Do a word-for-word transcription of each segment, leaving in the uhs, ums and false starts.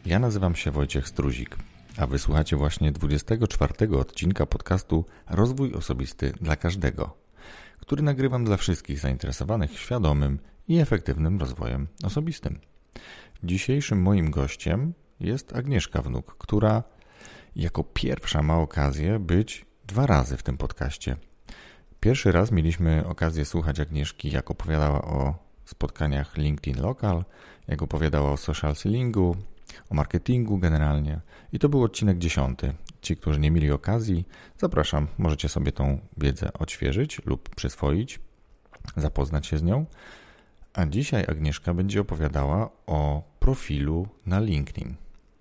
Ja nazywam się Wojciech Struzik, a wysłuchacie właśnie dwudziestego czwartego odcinka podcastu Rozwój Osobisty dla Każdego, który nagrywam dla wszystkich zainteresowanych świadomym i efektywnym rozwojem osobistym. Dzisiejszym moim gościem jest Agnieszka Wnuk, która jako pierwsza ma okazję być dwa razy w tym podcaście. Pierwszy raz mieliśmy okazję słuchać Agnieszki, jak opowiadała o spotkaniach LinkedIn Local, jak opowiadała o social sellingu, o marketingu generalnie. I to był odcinek dziesiąty. Ci, którzy nie mieli okazji, zapraszam, możecie sobie tą wiedzę odświeżyć lub przyswoić, zapoznać się z nią. A dzisiaj Agnieszka będzie opowiadała o profilu na LinkedIn.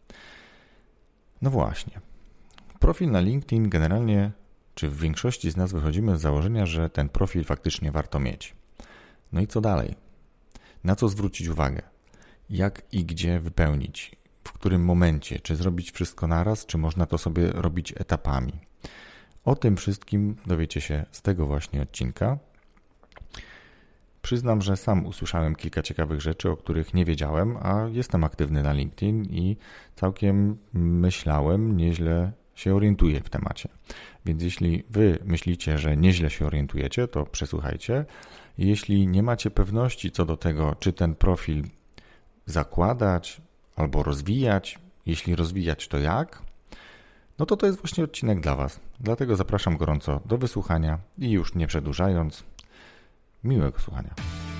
No właśnie. Profil na LinkedIn generalnie, czy w większości z nas wychodzimy z założenia, że ten profil faktycznie warto mieć. No i co dalej? Na co zwrócić uwagę? Jak i gdzie wypełnić? W którym momencie? Czy zrobić wszystko naraz, czy można to sobie robić etapami? O tym wszystkim dowiecie się z tego właśnie odcinka. Przyznam, że sam usłyszałem kilka ciekawych rzeczy, o których nie wiedziałem, a jestem aktywny na LinkedIn i całkiem myślałem, nieźle się orientuję w temacie. Więc jeśli wy myślicie, że nieźle się orientujecie, to przesłuchajcie. Jeśli nie macie pewności co do tego, czy ten profil zakładać albo rozwijać, jeśli rozwijać, to jak, no to to jest właśnie odcinek dla was. Dlatego zapraszam gorąco do wysłuchania i już nie przedłużając, miłego słuchania.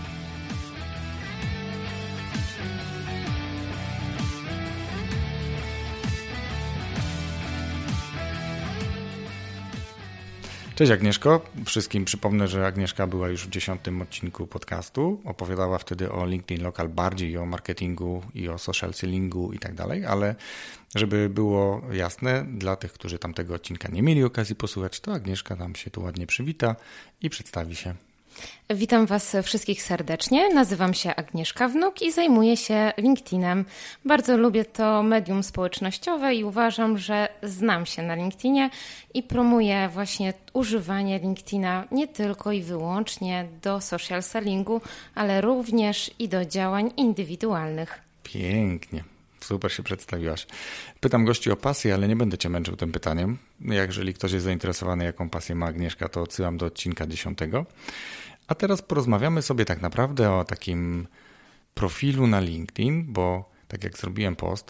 Cześć Agnieszko. Wszystkim przypomnę, że Agnieszka była już w dziesiątym odcinku podcastu. Opowiadała wtedy o LinkedIn Local bardziej, o marketingu i o social sellingu i tak dalej, ale żeby było jasne, dla tych, którzy tamtego odcinka nie mieli okazji posłuchać, to Agnieszka nam się tu ładnie przywita i przedstawi się. Witam Was wszystkich serdecznie. Nazywam się Agnieszka Wnuk i zajmuję się LinkedInem. Bardzo lubię to medium społecznościowe i uważam, że znam się na LinkedInie i promuję właśnie używanie LinkedIna nie tylko i wyłącznie do social sellingu, ale również i do działań indywidualnych. Pięknie. Super się przedstawiłaś. Pytam gości o pasję, ale nie będę Cię męczył tym pytaniem. Jeżeli ktoś jest zainteresowany, jaką pasję ma Agnieszka, to odsyłam do odcinka dziesiątego. A teraz porozmawiamy sobie tak naprawdę o takim profilu na LinkedIn, bo tak jak zrobiłem post,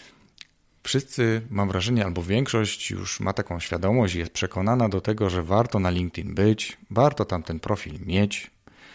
wszyscy, mam wrażenie, albo większość już ma taką świadomość i jest przekonana do tego, że warto na LinkedIn być, warto tam ten profil mieć.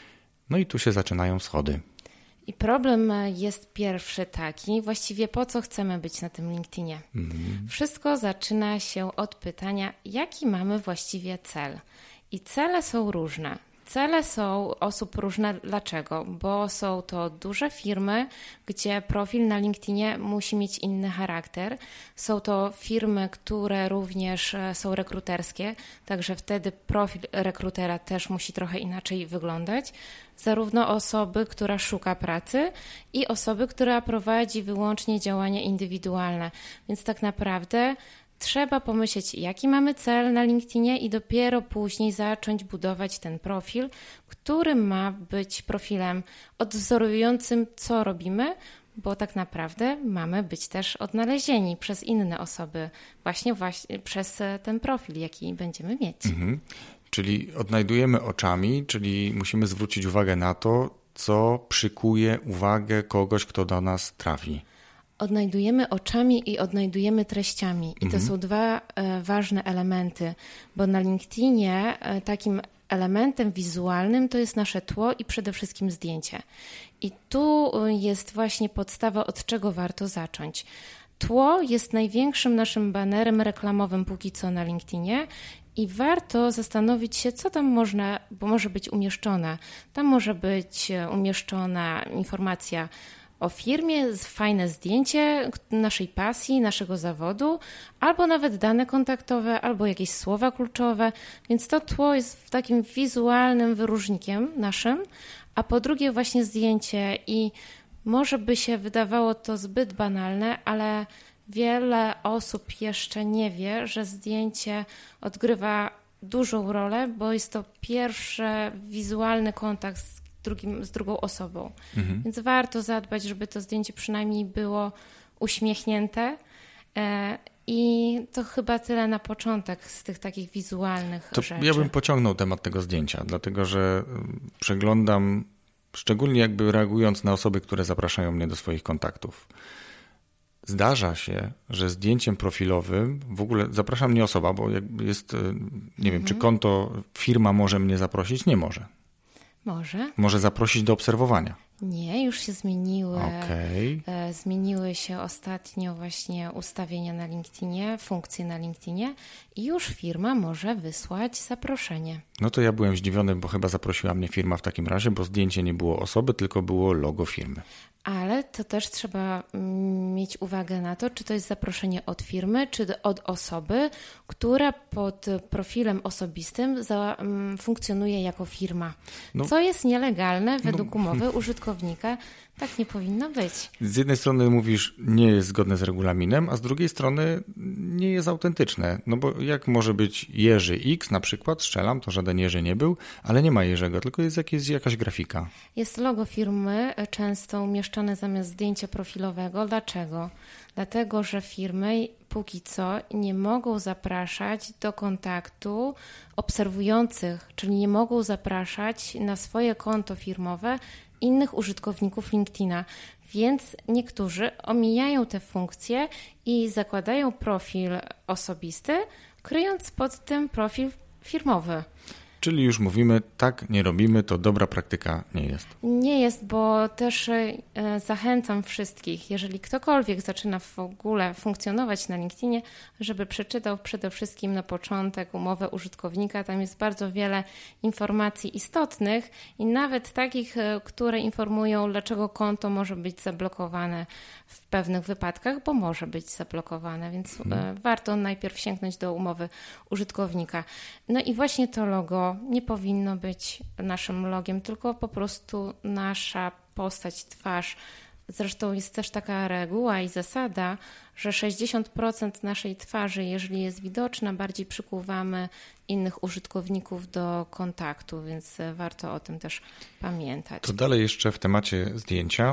No i tu się zaczynają schody. I problem jest pierwszy taki, właściwie po co chcemy być na tym LinkedInie. Mhm. Wszystko zaczyna się od pytania, jaki mamy właściwie cel. I cele są różne. Cele są osób różne. Dlaczego? Bo są to duże firmy, gdzie profil na LinkedInie musi mieć inny charakter. Są to firmy, które również są rekruterskie, także wtedy profil rekrutera też musi trochę inaczej wyglądać. Zarówno osoby, która szuka pracy i osoby, która prowadzi wyłącznie działania indywidualne. Więc tak naprawdę trzeba pomyśleć, jaki mamy cel na LinkedInie i dopiero później zacząć budować ten profil, który ma być profilem odwzorowującym, co robimy, bo tak naprawdę mamy być też odnalezieni przez inne osoby właśnie, właśnie przez ten profil, jaki będziemy mieć. Mhm. Czyli odnajdujemy oczami, czyli musimy zwrócić uwagę na to, co przykuje uwagę kogoś, kto do nas trafi. Odnajdujemy oczami i odnajdujemy treściami. I mhm. to są dwa e, ważne elementy, bo na LinkedInie e, takim elementem wizualnym to jest nasze tło i przede wszystkim zdjęcie. I tu jest właśnie podstawa, od czego warto zacząć. Tło jest największym naszym banerem reklamowym póki co na LinkedInie i warto zastanowić się, co tam można, bo może być umieszczone. Tam może być umieszczona informacja o firmie, fajne zdjęcie naszej pasji, naszego zawodu, albo nawet dane kontaktowe, albo jakieś słowa kluczowe, więc to tło jest takim wizualnym wyróżnikiem naszym, a po drugie właśnie zdjęcie i może by się wydawało to zbyt banalne, ale wiele osób jeszcze nie wie, że zdjęcie odgrywa dużą rolę, bo jest to pierwszy wizualny kontakt z drugim, z drugą osobą. Mhm. Więc warto zadbać, żeby to zdjęcie przynajmniej było uśmiechnięte. I to chyba tyle na początek z tych takich wizualnych to rzeczy. Ja bym pociągnął temat tego zdjęcia, dlatego że przeglądam, szczególnie jakby reagując na osoby, które zapraszają mnie do swoich kontaktów. Zdarza się, że zdjęciem profilowym w ogóle zaprasza mnie osoba, bo jakby jest, nie wiem, mhm. czy konto firma może mnie zaprosić? Nie może. Może. Może zaprosić do obserwowania. Nie, już się zmieniły. Okay. Zmieniły się ostatnio właśnie ustawienia na LinkedInie, funkcje na LinkedInie i już firma może wysłać zaproszenie. No to ja byłem zdziwiony, bo chyba zaprosiła mnie firma w takim razie, bo zdjęcie nie było osoby, tylko było logo firmy. Ale to też trzeba mieć uwagę na to, czy to jest zaproszenie od firmy, czy od osoby, która pod profilem osobistym za, um, funkcjonuje jako firma. No, co jest nielegalne według no, umowy użytkownika. Tak nie powinno być. Z jednej strony mówisz, nie jest zgodne z regulaminem, a z drugiej strony nie jest autentyczne. No bo jak może być Jerzy X na przykład, strzelam, to żaden Jerzy nie był, ale nie ma Jerzego, tylko jest jakieś, jakaś grafika. Jest logo firmy, często umieszczone zamiast zdjęcia profilowego. Dlaczego? Dlatego, że firmy póki co nie mogą zapraszać do kontaktu obserwujących, czyli nie mogą zapraszać na swoje konto firmowe innych użytkowników LinkedIna, więc niektórzy omijają te funkcje i zakładają profil osobisty, kryjąc pod tym profil firmowy. Czyli już mówimy, tak, nie robimy, to dobra praktyka nie jest. Nie jest, bo też zachęcam wszystkich, jeżeli ktokolwiek zaczyna w ogóle funkcjonować na LinkedInie, żeby przeczytał przede wszystkim na początek umowę użytkownika. Tam jest bardzo wiele informacji istotnych i nawet takich, które informują, dlaczego konto może być zablokowane w pewnych wypadkach, bo może być zablokowane, więc hmm. warto najpierw sięgnąć do umowy użytkownika. No i właśnie to logo nie powinno być naszym logiem, tylko po prostu nasza postać, twarz. Zresztą jest też taka reguła i zasada, że sześćdziesiąt procent naszej twarzy, jeżeli jest widoczna, bardziej przykuwamy innych użytkowników do kontaktu, więc warto o tym też pamiętać. To dalej jeszcze w temacie zdjęcia.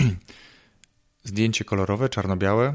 Zdjęcie kolorowe, czarno-białe?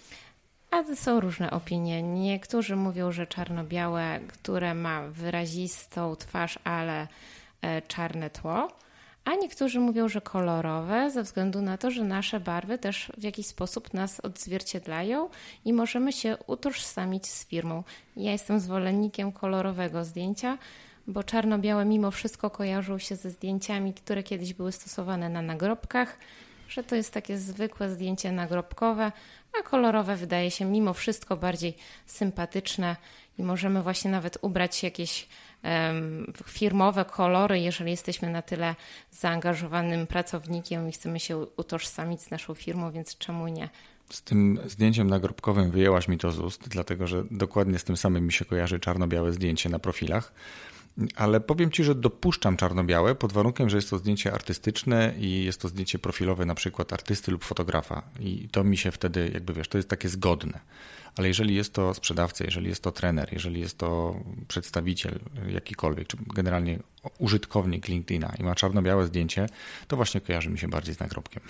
A to są różne opinie. Niektórzy mówią, że czarno-białe, które ma wyrazistą twarz, ale czarne tło, a niektórzy mówią, że kolorowe, ze względu na to, że nasze barwy też w jakiś sposób nas odzwierciedlają i możemy się utożsamić z firmą. Ja jestem zwolennikiem kolorowego zdjęcia, bo czarno-białe mimo wszystko kojarzą się ze zdjęciami, które kiedyś były stosowane na nagrobkach, że to jest takie zwykłe zdjęcie nagrobkowe, a kolorowe wydaje się mimo wszystko bardziej sympatyczne i możemy właśnie nawet ubrać jakieś um, firmowe kolory, jeżeli jesteśmy na tyle zaangażowanym pracownikiem i chcemy się utożsamić z naszą firmą, więc czemu nie? Z tym zdjęciem nagrobkowym wyjęłaś mi to z ust, dlatego że dokładnie z tym samym mi się kojarzy czarno-białe zdjęcie na profilach. Ale powiem Ci, że dopuszczam czarno-białe pod warunkiem, że jest to zdjęcie artystyczne i jest to zdjęcie profilowe na przykład artysty lub fotografa i to mi się wtedy, jakby wiesz, to jest takie zgodne. Ale jeżeli jest to sprzedawca, jeżeli jest to trener, jeżeli jest to przedstawiciel jakikolwiek, czy generalnie użytkownik LinkedIna i ma czarno-białe zdjęcie, to właśnie kojarzy mi się bardziej z nagrobkiem.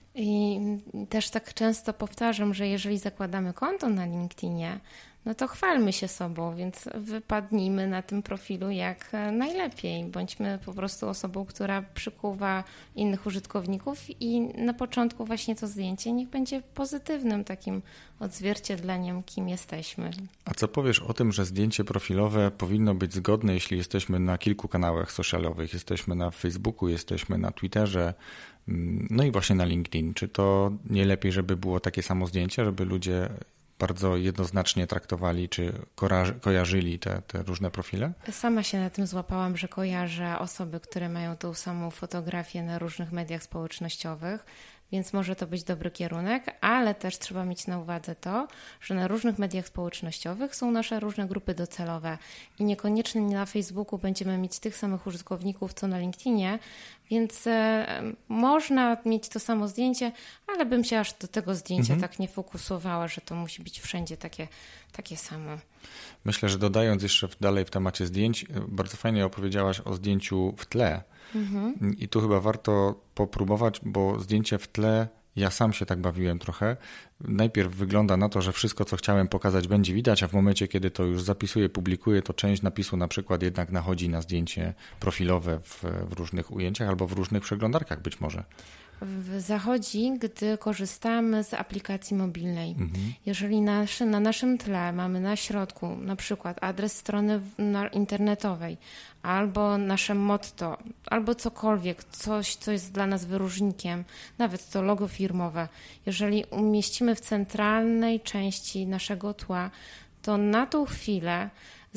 I też tak często powtarzam, że jeżeli zakładamy konto na LinkedInie, no to chwalmy się sobą, więc wypadnijmy na tym profilu jak najlepiej. Bądźmy po prostu osobą, która przykuwa innych użytkowników i na początku właśnie to zdjęcie niech będzie pozytywnym takim odzwierciedleniem, kim jesteśmy. A co powiesz o tym, że zdjęcie profilowe powinno być zgodne, jeśli jesteśmy na kilku kanałach socialowych, jesteśmy na Facebooku, jesteśmy na Twitterze, no i właśnie na LinkedIn. Czy to nie lepiej, żeby było takie samo zdjęcie, żeby ludzie bardzo jednoznacznie traktowali, czy kojarzyli te, te różne profile? Sama się na tym złapałam, że kojarzę osoby, które mają tą samą fotografię na różnych mediach społecznościowych, więc może to być dobry kierunek, ale też trzeba mieć na uwadze to, że na różnych mediach społecznościowych są nasze różne grupy docelowe i niekoniecznie na Facebooku będziemy mieć tych samych użytkowników, co na LinkedInie, więc e, można mieć to samo zdjęcie, ale bym się aż do tego zdjęcia mhm. tak nie fokusowała, że to musi być wszędzie takie, takie samo. Myślę, że dodając jeszcze dalej w temacie zdjęć, bardzo fajnie opowiedziałaś o zdjęciu w tle. Mhm. I tu chyba warto popróbować, bo zdjęcie w tle Ja sam się tak bawiłem trochę. Najpierw wygląda na to, że wszystko, co chciałem pokazać, będzie widać, a w momencie, kiedy to już zapisuję, publikuję, to część napisu na przykład jednak nachodzi na zdjęcie profilowe w, w różnych ujęciach albo w różnych przeglądarkach być może. Zachodzi, gdy korzystamy z aplikacji mobilnej. Mhm. Jeżeli naszy, na naszym tle mamy na środku na przykład adres strony internetowej albo nasze motto, albo cokolwiek, coś, co jest dla nas wyróżnikiem, nawet to logo firmowe, jeżeli umieścimy w centralnej części naszego tła, to na tą chwilę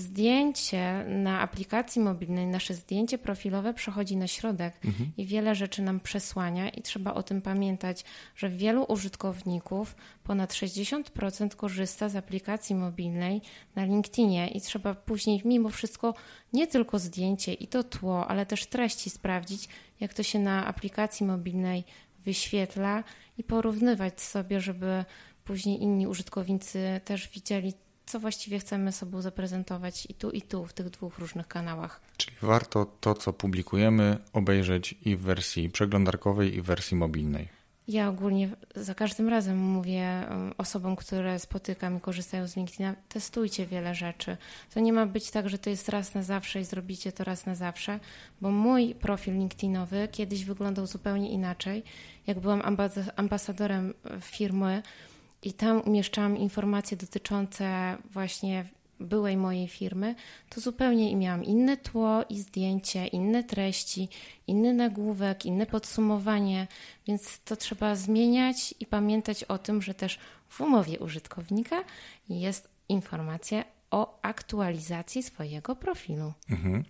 zdjęcie na aplikacji mobilnej, nasze zdjęcie profilowe przechodzi na środek mhm. i wiele rzeczy nam przesłania i trzeba o tym pamiętać, że wielu użytkowników, ponad sześćdziesiąt procent korzysta z aplikacji mobilnej na LinkedInie i trzeba później mimo wszystko nie tylko zdjęcie i to tło, ale też treści sprawdzić, jak to się na aplikacji mobilnej wyświetla i porównywać sobie, żeby później inni użytkownicy też widzieli, co właściwie chcemy sobą zaprezentować i tu, i tu, w tych dwóch różnych kanałach. Czyli warto to, co publikujemy, obejrzeć i w wersji przeglądarkowej, i w wersji mobilnej. Ja ogólnie za każdym razem mówię osobom, które spotykam i korzystają z LinkedIna, testujcie wiele rzeczy. To nie ma być tak, że to jest raz na zawsze i zrobicie to raz na zawsze, bo mój profil LinkedInowy kiedyś wyglądał zupełnie inaczej. Jak byłam ambasadorem firmy, i tam umieszczałam informacje dotyczące właśnie byłej mojej firmy, to zupełnie miałam inne tło i zdjęcie, inne treści, inny nagłówek, inne podsumowanie, więc to trzeba zmieniać i pamiętać o tym, że też w umowie użytkownika jest informacja o aktualizacji swojego profilu. Mhm.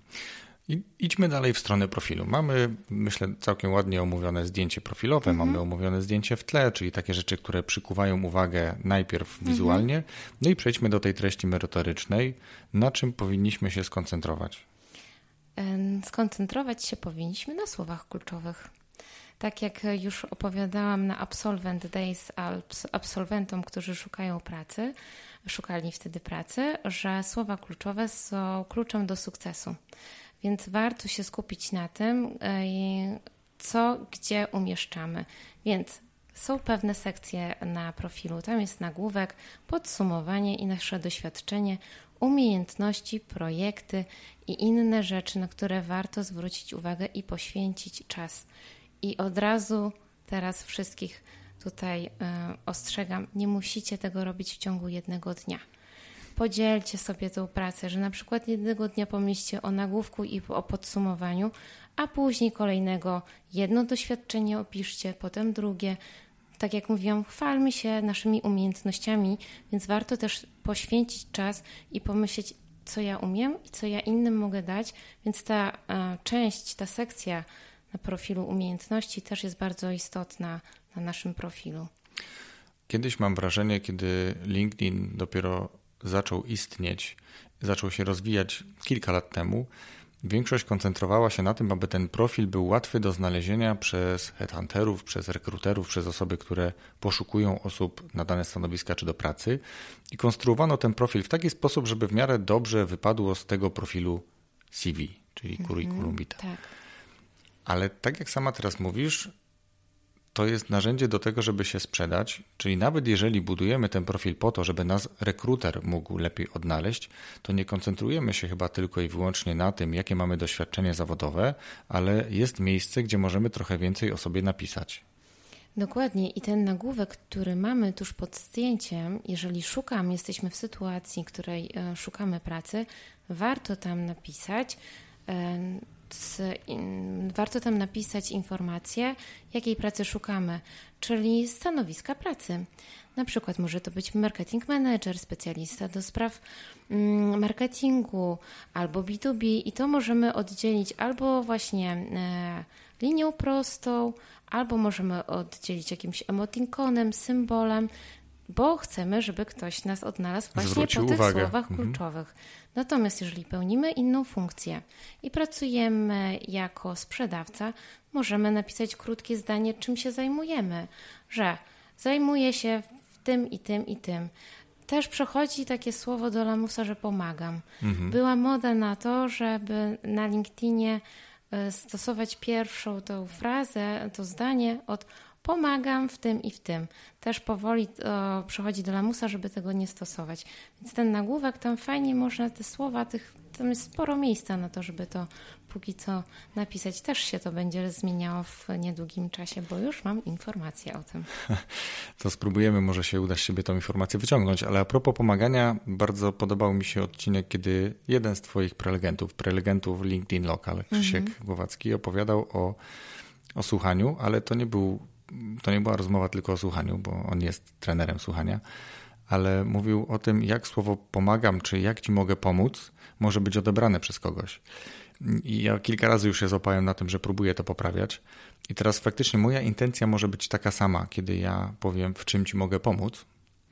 I idźmy dalej w stronę profilu. Mamy, myślę, całkiem ładnie omówione zdjęcie profilowe, mhm. mamy omówione zdjęcie w tle, czyli takie rzeczy, które przykuwają uwagę najpierw mhm. wizualnie. No i przejdźmy do tej treści merytorycznej. Na czym powinniśmy się skoncentrować? Skoncentrować się powinniśmy na słowach kluczowych. Tak jak już opowiadałam na Absolvent Days absolwentom, którzy szukają pracy, szukali wtedy pracy, że słowa kluczowe są kluczem do sukcesu. Więc warto się skupić na tym, co gdzie umieszczamy. Więc są pewne sekcje na profilu. Tam jest nagłówek, podsumowanie i nasze doświadczenie, umiejętności, projekty i inne rzeczy, na które warto zwrócić uwagę i poświęcić czas. I od razu teraz wszystkich tutaj y, ostrzegam, nie musicie tego robić w ciągu jednego dnia. Podzielcie sobie tę pracę, że na przykład jednego dnia pomyślcie o nagłówku i o podsumowaniu, a później kolejnego jedno doświadczenie opiszcie, potem drugie. Tak jak mówiłam, chwalmy się naszymi umiejętnościami, więc warto też poświęcić czas i pomyśleć, co ja umiem i co ja innym mogę dać, więc ta a, część, ta sekcja na profilu umiejętności też jest bardzo istotna na naszym profilu. Kiedyś mam wrażenie, kiedy LinkedIn dopiero zaczął istnieć, zaczął się rozwijać kilka lat temu, większość koncentrowała się na tym, aby ten profil był łatwy do znalezienia przez headhunterów, przez rekruterów, przez osoby, które poszukują osób na dane stanowiska czy do pracy i konstruowano ten profil w taki sposób, żeby w miarę dobrze wypadło z tego profilu C V, czyli curriculum vitae. Tak. Ale tak jak sama teraz mówisz, to jest narzędzie do tego, żeby się sprzedać, czyli nawet jeżeli budujemy ten profil po to, żeby nas rekruter mógł lepiej odnaleźć, to nie koncentrujemy się chyba tylko i wyłącznie na tym, jakie mamy doświadczenie zawodowe, ale jest miejsce, gdzie możemy trochę więcej o sobie napisać. Dokładnie i ten nagłówek, który mamy tuż pod zdjęciem, jeżeli szukam, jesteśmy w sytuacji, w której szukamy pracy, warto tam napisać Warto tam napisać informację, jakiej pracy szukamy, czyli stanowiska pracy. Na przykład może to być marketing manager, specjalista do spraw marketingu albo B dwa B i to możemy oddzielić albo właśnie linią prostą, albo możemy oddzielić jakimś emotinkonem, symbolem, bo chcemy, żeby ktoś nas odnalazł właśnie Zwrócił po tych uwagę. słowach Mhm. kluczowych. Natomiast jeżeli pełnimy inną funkcję i pracujemy jako sprzedawca, możemy napisać krótkie zdanie, czym się zajmujemy, że zajmuję się w tym i tym i tym. Też przechodzi takie słowo do lamusa, że pomagam. Mhm. Była moda na to, żeby na LinkedInie stosować pierwszą tą frazę, to zdanie od pomagam w tym i w tym. Też powoli o, przychodzi do lamusa, żeby tego nie stosować. Więc ten nagłówek, tam fajnie można te słowa, tych, tam jest sporo miejsca na to, żeby to póki co napisać. Też się to będzie zmieniało w niedługim czasie, bo już mam informację o tym. To spróbujemy, może się uda z siebie tą informację wyciągnąć, ale a propos pomagania, bardzo podobał mi się odcinek, kiedy jeden z twoich prelegentów, prelegentów LinkedIn Local, Krzysiek mhm. Głowacki, opowiadał o, o słuchaniu, ale to nie był, to nie była rozmowa tylko o słuchaniu, bo on jest trenerem słuchania, ale mówił o tym, jak słowo pomagam, czy jak ci mogę pomóc, może być odebrane przez kogoś. I ja kilka razy już się złapałem na tym, że próbuję to poprawiać. I teraz faktycznie moja intencja może być taka sama, kiedy ja powiem, w czym ci mogę pomóc,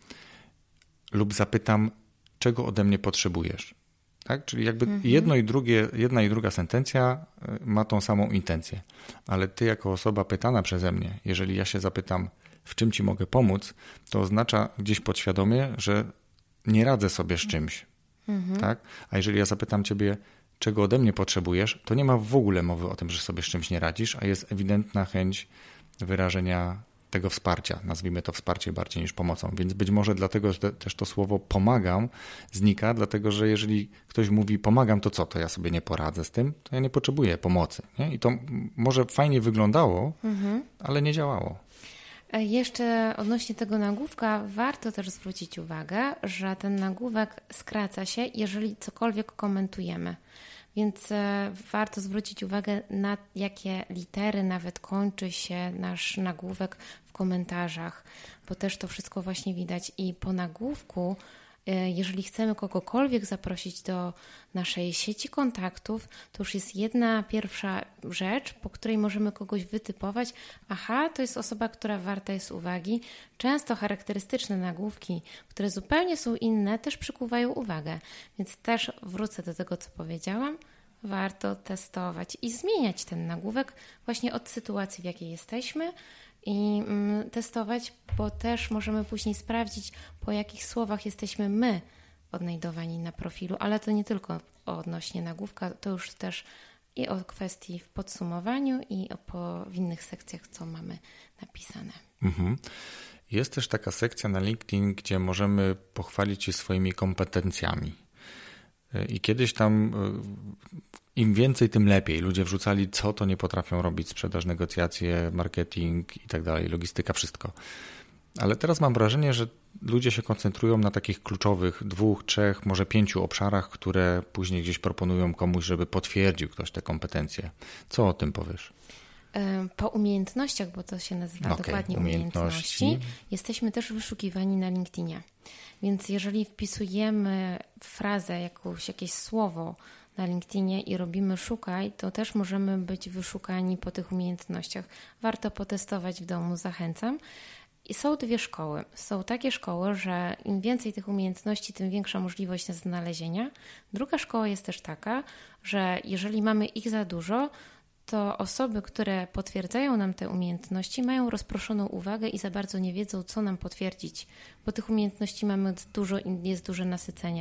lub zapytam, czego ode mnie potrzebujesz. Tak? Czyli jakby mhm. jedno i drugie, jedna i druga sentencja ma tą samą intencję. Ale ty jako osoba pytana przeze mnie, jeżeli ja się zapytam, w czym ci mogę pomóc, to oznacza gdzieś podświadomie, że nie radzę sobie z czymś. Mhm. Tak? A jeżeli ja zapytam ciebie, czego ode mnie potrzebujesz, to nie ma w ogóle mowy o tym, że sobie z czymś nie radzisz, a jest ewidentna chęć wyrażenia tego wsparcia. Nazwijmy to wsparcie bardziej niż pomocą. Więc być może dlatego że też to słowo pomagam znika, dlatego że jeżeli ktoś mówi pomagam, to co? To ja sobie nie poradzę z tym, to ja nie potrzebuję pomocy. Nie? I to może fajnie wyglądało, mhm. ale nie działało. Jeszcze odnośnie tego nagłówka warto też zwrócić uwagę, że ten nagłówek skraca się, jeżeli cokolwiek komentujemy. Więc warto zwrócić uwagę, na jakie litery nawet kończy się nasz nagłówek w komentarzach, bo też to wszystko właśnie widać. I po nagłówku, jeżeli chcemy kogokolwiek zaprosić do naszej sieci kontaktów, to już jest jedna pierwsza rzecz, po której możemy kogoś wytypować. Aha, to jest osoba, która warta jest uwagi. Często charakterystyczne nagłówki, które zupełnie są inne, też przykuwają uwagę. Więc też wrócę do tego, co powiedziałam. Warto testować i zmieniać ten nagłówek właśnie od sytuacji, w jakiej jesteśmy, i testować, bo też możemy później sprawdzić, po jakich słowach jesteśmy my odnajdowani na profilu, ale to nie tylko odnośnie nagłówka, to już też i o kwestii w podsumowaniu i o po, w innych sekcjach, co mamy napisane. Mhm. Jest też taka sekcja na LinkedIn, gdzie możemy pochwalić się swoimi kompetencjami. I kiedyś tam im więcej, tym lepiej. Ludzie wrzucali, co to nie potrafią robić, sprzedaż, negocjacje, marketing i tak dalej, logistyka, wszystko. Ale teraz mam wrażenie, że ludzie się koncentrują na takich kluczowych dwóch, trzech, może pięciu obszarach, które później gdzieś proponują komuś, żeby potwierdził ktoś te kompetencje. Co o tym powiesz? Po umiejętnościach, bo to się nazywa okay, dokładnie umiejętności. umiejętności, jesteśmy też wyszukiwani na LinkedInie. Więc jeżeli wpisujemy frazę, jakąś, jakieś słowo na LinkedInie i robimy szukaj, to też możemy być wyszukani po tych umiejętnościach. Warto potestować w domu, zachęcam. I są dwie szkoły. Są takie szkoły, że im więcej tych umiejętności, tym większa możliwość znalezienia. Druga szkoła jest też taka, że jeżeli mamy ich za dużo, to osoby, które potwierdzają nam te umiejętności, mają rozproszoną uwagę i za bardzo nie wiedzą, co nam potwierdzić, bo tych umiejętności mamy dużo i jest duże nasycenie.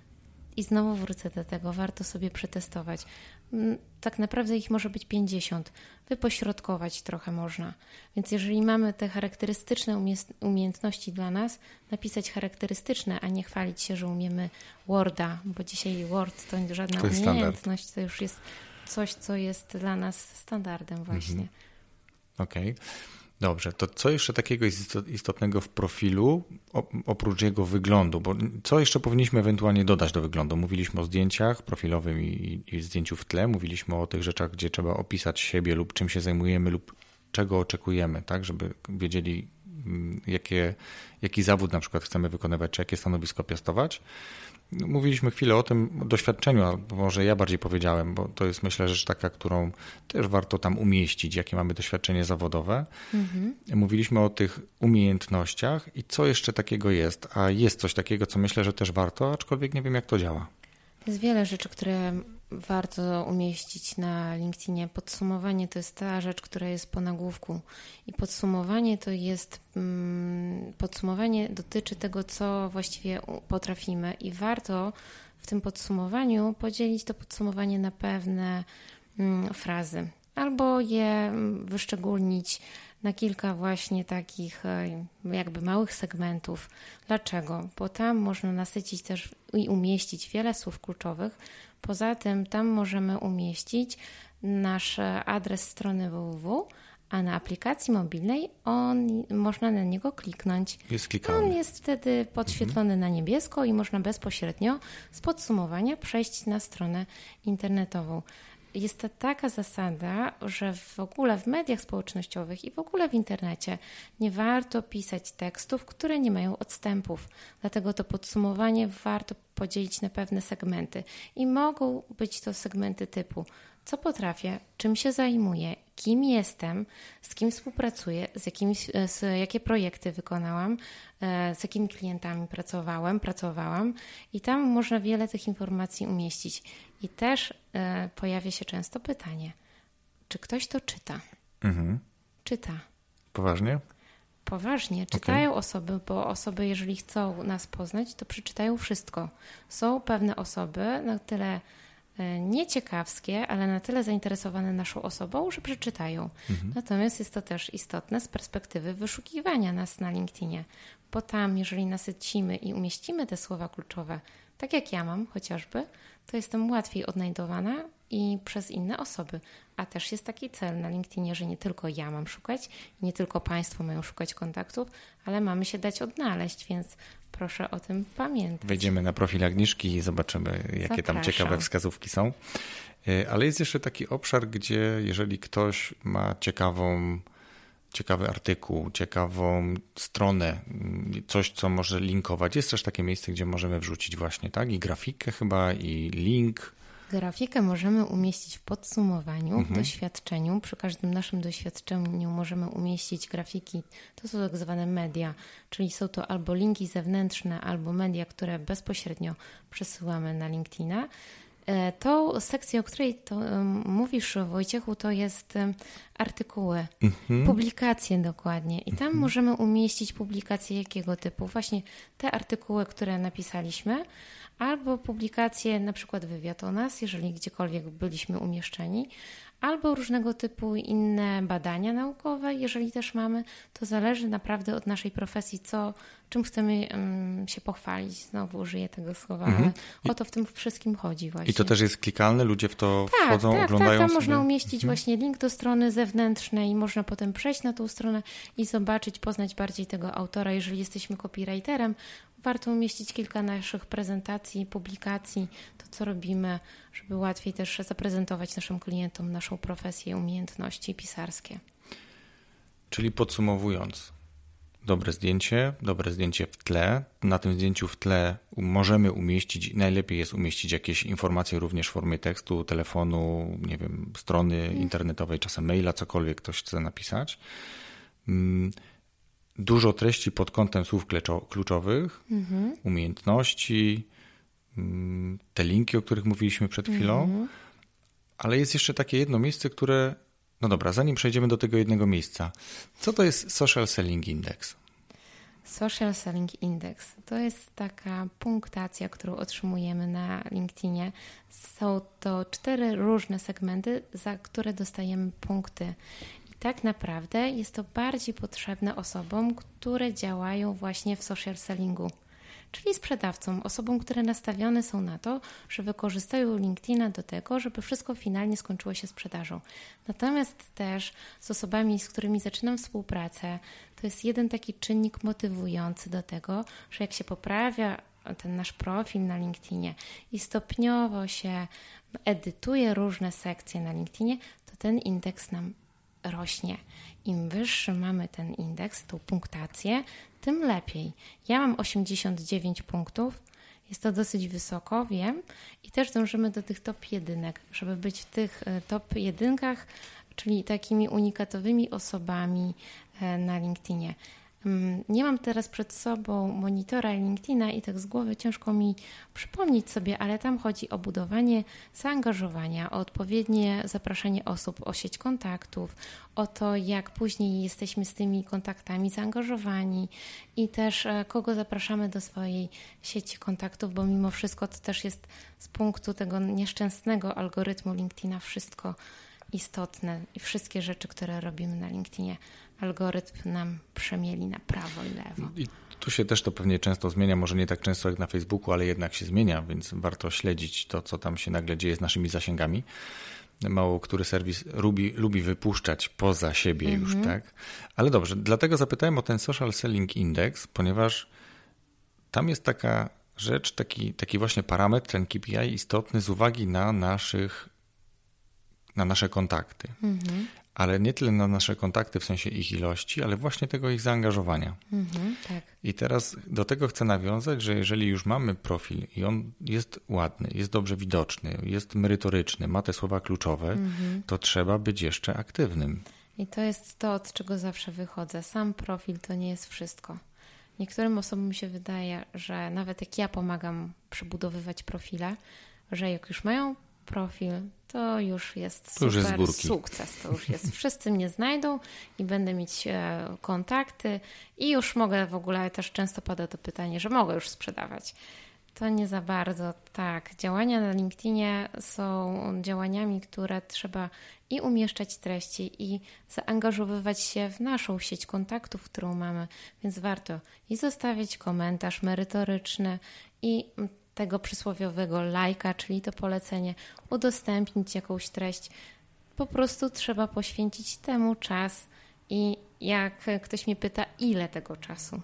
I znowu wrócę do tego, warto sobie przetestować. Tak naprawdę ich może być pięćdziesiąt, wypośrodkować trochę można. Więc jeżeli mamy te charakterystyczne umiejętności dla nas, napisać charakterystyczne, a nie chwalić się, że umiemy Worda, bo dzisiaj Word to żadna to umiejętność, standard. To już jest coś, co jest dla nas standardem właśnie. Mhm. Okej. Okay. Dobrze, to co jeszcze takiego jest istotnego w profilu, oprócz jego wyglądu? Bo co jeszcze powinniśmy ewentualnie dodać do wyglądu? Mówiliśmy o zdjęciach profilowym i, i zdjęciu w tle, mówiliśmy o tych rzeczach, gdzie trzeba opisać siebie lub czym się zajmujemy lub czego oczekujemy, tak, żeby wiedzieli, jakie, jaki zawód na przykład chcemy wykonywać, czy jakie stanowisko piastować. Mówiliśmy chwilę o tym doświadczeniu, albo może ja bardziej powiedziałem, bo to jest myślę rzecz taka, którą też warto tam umieścić, jakie mamy doświadczenie zawodowe. Mhm. Mówiliśmy o tych umiejętnościach i co jeszcze takiego jest, a jest coś takiego, co myślę, że też warto, aczkolwiek nie wiem, jak to działa. Jest wiele rzeczy, które warto umieścić na LinkedInie. Podsumowanie to jest ta rzecz, która jest po nagłówku. I podsumowanie to jest, mm, podsumowanie dotyczy tego, co właściwie potrafimy. I warto w tym podsumowaniu podzielić to podsumowanie na pewne mm, frazy. Albo je wyszczególnić na kilka właśnie takich jakby małych segmentów. Dlaczego? Bo tam można nasycić też i umieścić wiele słów kluczowych. Poza tym tam możemy umieścić nasz adres strony www, a na aplikacji mobilnej on, można na niego kliknąć. Jest klikalny. On jest wtedy podświetlony mhm. na niebiesko i można bezpośrednio z podsumowania przejść na stronę internetową. Jest to taka zasada, że w ogóle w mediach społecznościowych i w ogóle w internecie nie warto pisać tekstów, które nie mają odstępów. Dlatego to podsumowanie warto podzielić na pewne segmenty. I mogą być to segmenty typu co potrafię, czym się zajmuję, kim jestem, z kim współpracuję, z, jakimi, z jakie projekty wykonałam, z jakimi klientami pracowałem, pracowałam i tam można wiele tych informacji umieścić. I też e, pojawia się często pytanie, czy ktoś to czyta? Mhm. Czyta. Poważnie? Poważnie. Czytają okay. osoby, bo osoby, jeżeli chcą nas poznać, to przeczytają wszystko. Są pewne osoby na tyle nieciekawskie, ale na tyle zainteresowane naszą osobą, że przeczytają. Mhm. Natomiast jest to też istotne z perspektywy wyszukiwania nas na LinkedInie, bo tam, jeżeli nasycimy i umieścimy te słowa kluczowe, tak jak ja mam chociażby, to jestem łatwiej odnajdowana i przez inne osoby. A też jest taki cel na LinkedInie, że nie tylko ja mam szukać, nie tylko Państwo mają szukać kontaktów, ale mamy się dać odnaleźć, więc proszę o tym pamiętać. Wejdziemy na profil Agnieszki i zobaczymy, jakie Zapraszam. Tam ciekawe wskazówki są. Ale jest jeszcze taki obszar, gdzie jeżeli ktoś ma ciekawą, ciekawy artykuł, ciekawą stronę, coś, co może linkować, jest też takie miejsce, gdzie możemy wrzucić właśnie tak i grafikę chyba, i link. Grafikę możemy umieścić w podsumowaniu, mhm. w doświadczeniu. Przy każdym naszym doświadczeniu możemy umieścić grafiki. To są tak zwane media, czyli są to albo linki zewnętrzne, albo media, które bezpośrednio przesyłamy na LinkedIna. Tą sekcję, o której to mówisz, Wojciechu, to jest artykuły, mhm. publikacje dokładnie. I tam mhm. możemy umieścić publikacje jakiego typu? Właśnie te artykuły, które napisaliśmy, albo publikacje, na przykład wywiad o nas, jeżeli gdziekolwiek byliśmy umieszczeni, albo różnego typu inne badania naukowe, jeżeli też mamy, to zależy naprawdę od naszej profesji, co, czym chcemy um, się pochwalić. Znowu użyję tego słowa, mhm. ale o to w tym wszystkim chodzi właśnie. I to też jest klikalne? Ludzie w to tak, wchodzą, tak, oglądają tak, tam sobie? można umieścić mhm. właśnie link do strony zewnętrznej i można potem przejść na tą stronę i zobaczyć, poznać bardziej tego autora. Jeżeli jesteśmy copywriterem, warto umieścić kilka naszych prezentacji, publikacji, to co robimy, żeby łatwiej też zaprezentować naszym klientom naszą profesję, umiejętności pisarskie. Czyli podsumowując, dobre zdjęcie, dobre zdjęcie w tle. Na tym zdjęciu w tle możemy umieścić, najlepiej jest umieścić jakieś informacje również w formie tekstu, telefonu, nie wiem, strony internetowej, czasem maila, cokolwiek ktoś chce napisać. Dużo treści pod kątem słów kluczowych, mhm. umiejętności, te linki, o których mówiliśmy przed chwilą, mhm. ale jest jeszcze takie jedno miejsce, które... No dobra, zanim przejdziemy do tego jednego miejsca, co to jest Social Selling Index? Social Selling Index to jest taka punktacja, którą otrzymujemy na LinkedInie. Są to cztery różne segmenty, za które dostajemy punkty. Tak naprawdę jest to bardziej potrzebne osobom, które działają właśnie w social sellingu, czyli sprzedawcom, osobom, które nastawione są na to, że wykorzystają LinkedIna do tego, żeby wszystko finalnie skończyło się sprzedażą. Natomiast też z osobami, z którymi zaczynam współpracę, to jest jeden taki czynnik motywujący do tego, że jak się poprawia ten nasz profil na LinkedInie i stopniowo się edytuje różne sekcje na LinkedInie, to ten indeks nam rośnie. Im wyższy mamy ten indeks, tą punktację, tym lepiej. Ja mam osiemdziesiąt dziewięć punktów, jest to dosyć wysoko, wiem, i też dążymy do tych top jedynek, żeby być w tych top jedynkach, czyli takimi unikatowymi osobami na LinkedInie. Nie mam teraz przed sobą monitora LinkedIna i tak z głowy ciężko mi przypomnieć sobie, ale tam chodzi o budowanie zaangażowania, o odpowiednie zapraszanie osób, o sieć kontaktów, o to, jak później jesteśmy z tymi kontaktami zaangażowani i też kogo zapraszamy do swojej sieci kontaktów, bo mimo wszystko to też jest z punktu tego nieszczęsnego algorytmu LinkedIna wszystko istotne i wszystkie rzeczy, które robimy na LinkedInie algorytm nam przemieli na prawo i lewo. I tu się też to pewnie często zmienia, może nie tak często jak na Facebooku, ale jednak się zmienia, więc warto śledzić to, co tam się nagle dzieje z naszymi zasięgami. Mało który serwis lubi, lubi wypuszczać poza siebie mm-hmm. już, tak? Ale dobrze, dlatego zapytałem o ten Social Selling Index, ponieważ tam jest taka rzecz, taki, taki właśnie parametr, ten K P I istotny z uwagi na naszych, na nasze kontakty. Mm-hmm. Ale nie tyle na nasze kontakty w sensie ich ilości, ale właśnie tego ich zaangażowania. Mm-hmm, tak. I teraz do tego chcę nawiązać, że jeżeli już mamy profil i on jest ładny, jest dobrze widoczny, jest merytoryczny, ma te słowa kluczowe, mm-hmm. to trzeba być jeszcze aktywnym. I to jest to, od czego zawsze wychodzę. Sam profil to nie jest wszystko. Niektórym osobom się wydaje, że nawet jak ja pomagam przebudowywać profile, że jak już mają profil, to już jest super już jest sukces. To już jest, wszyscy mnie znajdą i będę mieć e, kontakty i już mogę w ogóle, też często pada to pytanie, że mogę już sprzedawać. To nie za bardzo tak. Działania na LinkedInie są działaniami, które trzeba i umieszczać treści, i zaangażowywać się w naszą sieć kontaktów, którą mamy, więc warto i zostawić komentarz merytoryczny i tego przysłowiowego lajka, czyli to polecenie, udostępnić jakąś treść. Po prostu trzeba poświęcić temu czas i jak ktoś mnie pyta, ile tego czasu?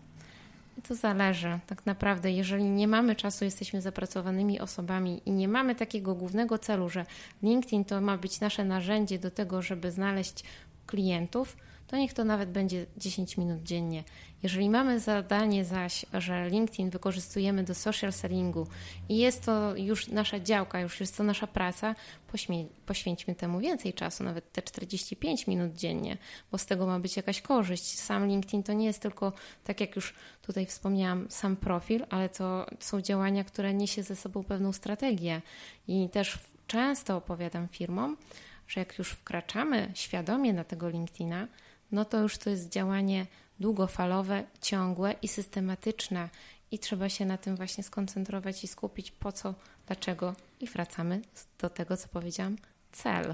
I to zależy. Tak naprawdę, jeżeli nie mamy czasu, jesteśmy zapracowanymi osobami i nie mamy takiego głównego celu, że LinkedIn to ma być nasze narzędzie do tego, żeby znaleźć klientów, to niech to nawet będzie dziesięć minut dziennie. Jeżeli mamy zadanie zaś, że LinkedIn wykorzystujemy do social sellingu i jest to już nasza działka, już jest to nasza praca, pośmie- poświęćmy temu więcej czasu, nawet te czterdzieści pięć minut dziennie, bo z tego ma być jakaś korzyść. Sam LinkedIn to nie jest tylko, tak jak już tutaj wspomniałam, sam profil, ale to są działania, które niesie ze sobą pewną strategię. I też często opowiadam firmom, że jak już wkraczamy świadomie na tego LinkedIna, no to już to jest działanie długofalowe, ciągłe i systematyczne i trzeba się na tym właśnie skoncentrować i skupić po co, dlaczego i wracamy do tego, co powiedziałam, cel.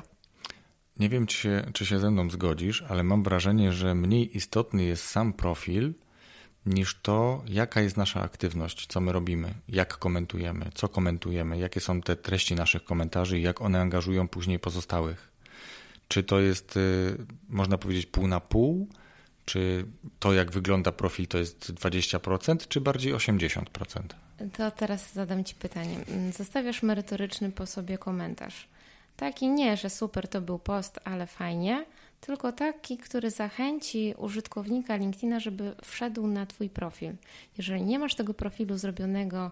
Nie wiem, czy się, czy się ze mną zgodzisz, ale mam wrażenie, że mniej istotny jest sam profil niż to, jaka jest nasza aktywność, co my robimy, jak komentujemy, co komentujemy, jakie są te treści naszych komentarzy i jak one angażują później pozostałych. Czy to jest, można powiedzieć, pół na pół? Czy to, jak wygląda profil, to jest dwadzieścia procent, czy bardziej osiemdziesiąt procent? To teraz zadam Ci pytanie. Zostawiasz merytoryczny po sobie komentarz. Taki nie, że super, to był post, ale fajnie, tylko taki, który zachęci użytkownika LinkedIna, żeby wszedł na Twój profil. Jeżeli nie masz tego profilu zrobionego,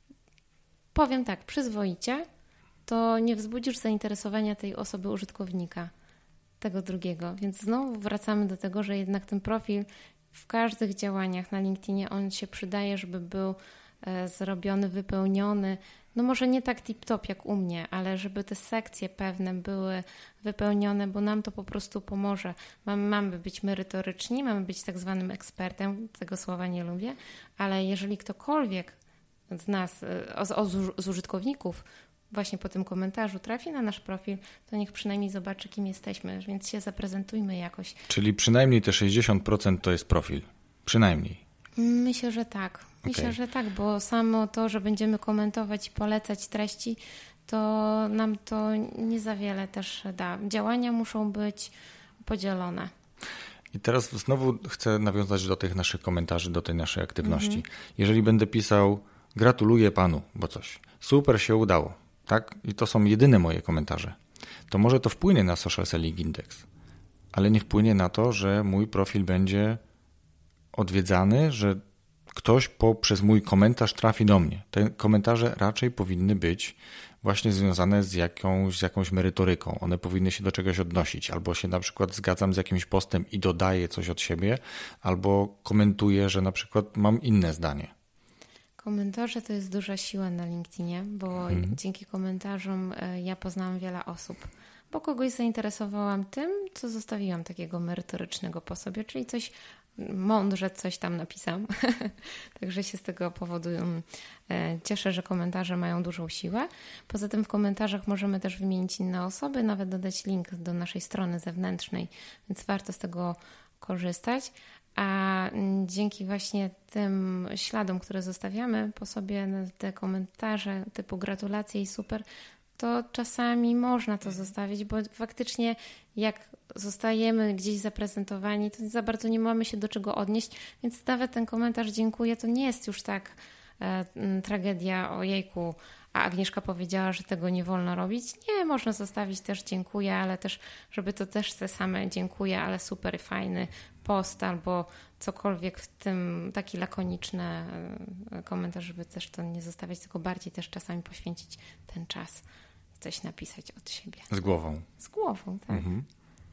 powiem tak, przyzwoicie, to nie wzbudzisz zainteresowania tej osoby użytkownika, tego drugiego. Więc znowu wracamy do tego, że jednak ten profil w każdych działaniach na LinkedInie on się przydaje, żeby był e, zrobiony, wypełniony. No może nie tak tip-top jak u mnie, ale żeby te sekcje pewne były wypełnione, bo nam to po prostu pomoże. Mamy, mamy być merytoryczni, mamy być tak zwanym ekspertem, tego słowa nie lubię, ale jeżeli ktokolwiek z nas, z, z użytkowników właśnie po tym komentarzu trafi na nasz profil, to niech przynajmniej zobaczy, kim jesteśmy, więc się zaprezentujmy jakoś. Czyli przynajmniej te sześćdziesiąt procent to jest profil? Przynajmniej? Myślę, że tak. Myślę, okay. że tak, bo samo to, że będziemy komentować i polecać treści, to nam to nie za wiele też da. Działania muszą być podzielone. I teraz znowu chcę nawiązać do tych naszych komentarzy, do tej naszej aktywności. Mhm. Jeżeli będę pisał, gratuluję panu, bo coś, super się udało, tak? I to są jedyne moje komentarze. To może to wpłynie na Social Selling Index, ale nie wpłynie na to, że mój profil będzie odwiedzany, że ktoś poprzez mój komentarz trafi do mnie. Te komentarze raczej powinny być właśnie związane z jakąś, z jakąś merytoryką. One powinny się do czegoś odnosić. Albo się na przykład zgadzam z jakimś postem i dodaję coś od siebie, albo komentuję, że na przykład mam inne zdanie. Komentarze to jest duża siła na LinkedInie, bo hmm. dzięki komentarzom ja poznałam wiele osób, bo kogoś zainteresowałam tym, co zostawiłam takiego merytorycznego po sobie, czyli coś mądrze coś tam napisałam. Także się z tego powodu cieszę, że komentarze mają dużą siłę. Poza tym w komentarzach możemy też wymienić inne osoby, nawet dodać link do naszej strony zewnętrznej, więc warto z tego korzystać. A dzięki właśnie tym śladom, które zostawiamy po sobie, te komentarze typu gratulacje i super, to czasami można to zostawić, bo faktycznie jak zostajemy gdzieś zaprezentowani, to za bardzo nie mamy się do czego odnieść, więc nawet ten komentarz dziękuję, to nie jest już tak e, tragedia, ojejku, a Agnieszka powiedziała, że tego nie wolno robić. Nie, można zostawić też dziękuję, ale też, żeby to też te same dziękuję, ale super fajny post albo cokolwiek w tym, taki lakoniczny komentarz, żeby też to nie zostawiać, tylko bardziej też czasami poświęcić ten czas, coś napisać od siebie. Z głową. Z głową, tak. Mhm.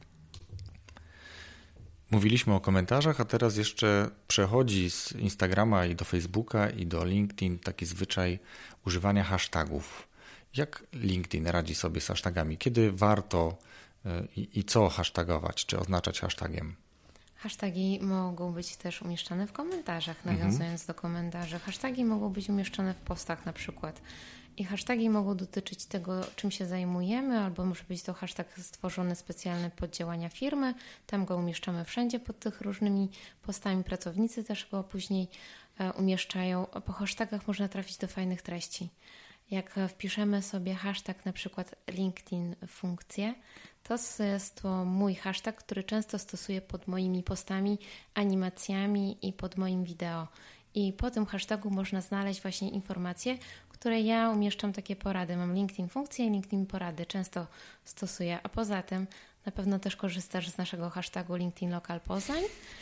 Mówiliśmy o komentarzach, a teraz jeszcze przechodzi z Instagrama i do Facebooka i do LinkedIn taki zwyczaj używania hashtagów. Jak LinkedIn radzi sobie z hashtagami? Kiedy warto i, i co hashtagować, czy oznaczać hashtagiem? Hasztagi mogą być też umieszczane w komentarzach, nawiązując mhm. do komentarzy. Hasztagi mogą być umieszczone w postach na przykład. I hasztagi mogą dotyczyć tego, czym się zajmujemy, albo może być to hashtag stworzony specjalny pod działania firmy. Tam go umieszczamy wszędzie pod tych różnymi postami. Pracownicy też go później umieszczają. Po hashtagach można trafić do fajnych treści. Jak wpiszemy sobie hashtag na przykład LinkedIn funkcje, to jest to mój hashtag, który często stosuję pod moimi postami, animacjami i pod moim wideo. I po tym hashtagu można znaleźć właśnie informacje, które ja umieszczam takie porady. Mam LinkedIn funkcje i LinkedIn porady. Często stosuję. A poza tym na pewno też korzystasz z naszego hashtagu LinkedIn Lokal Poznań,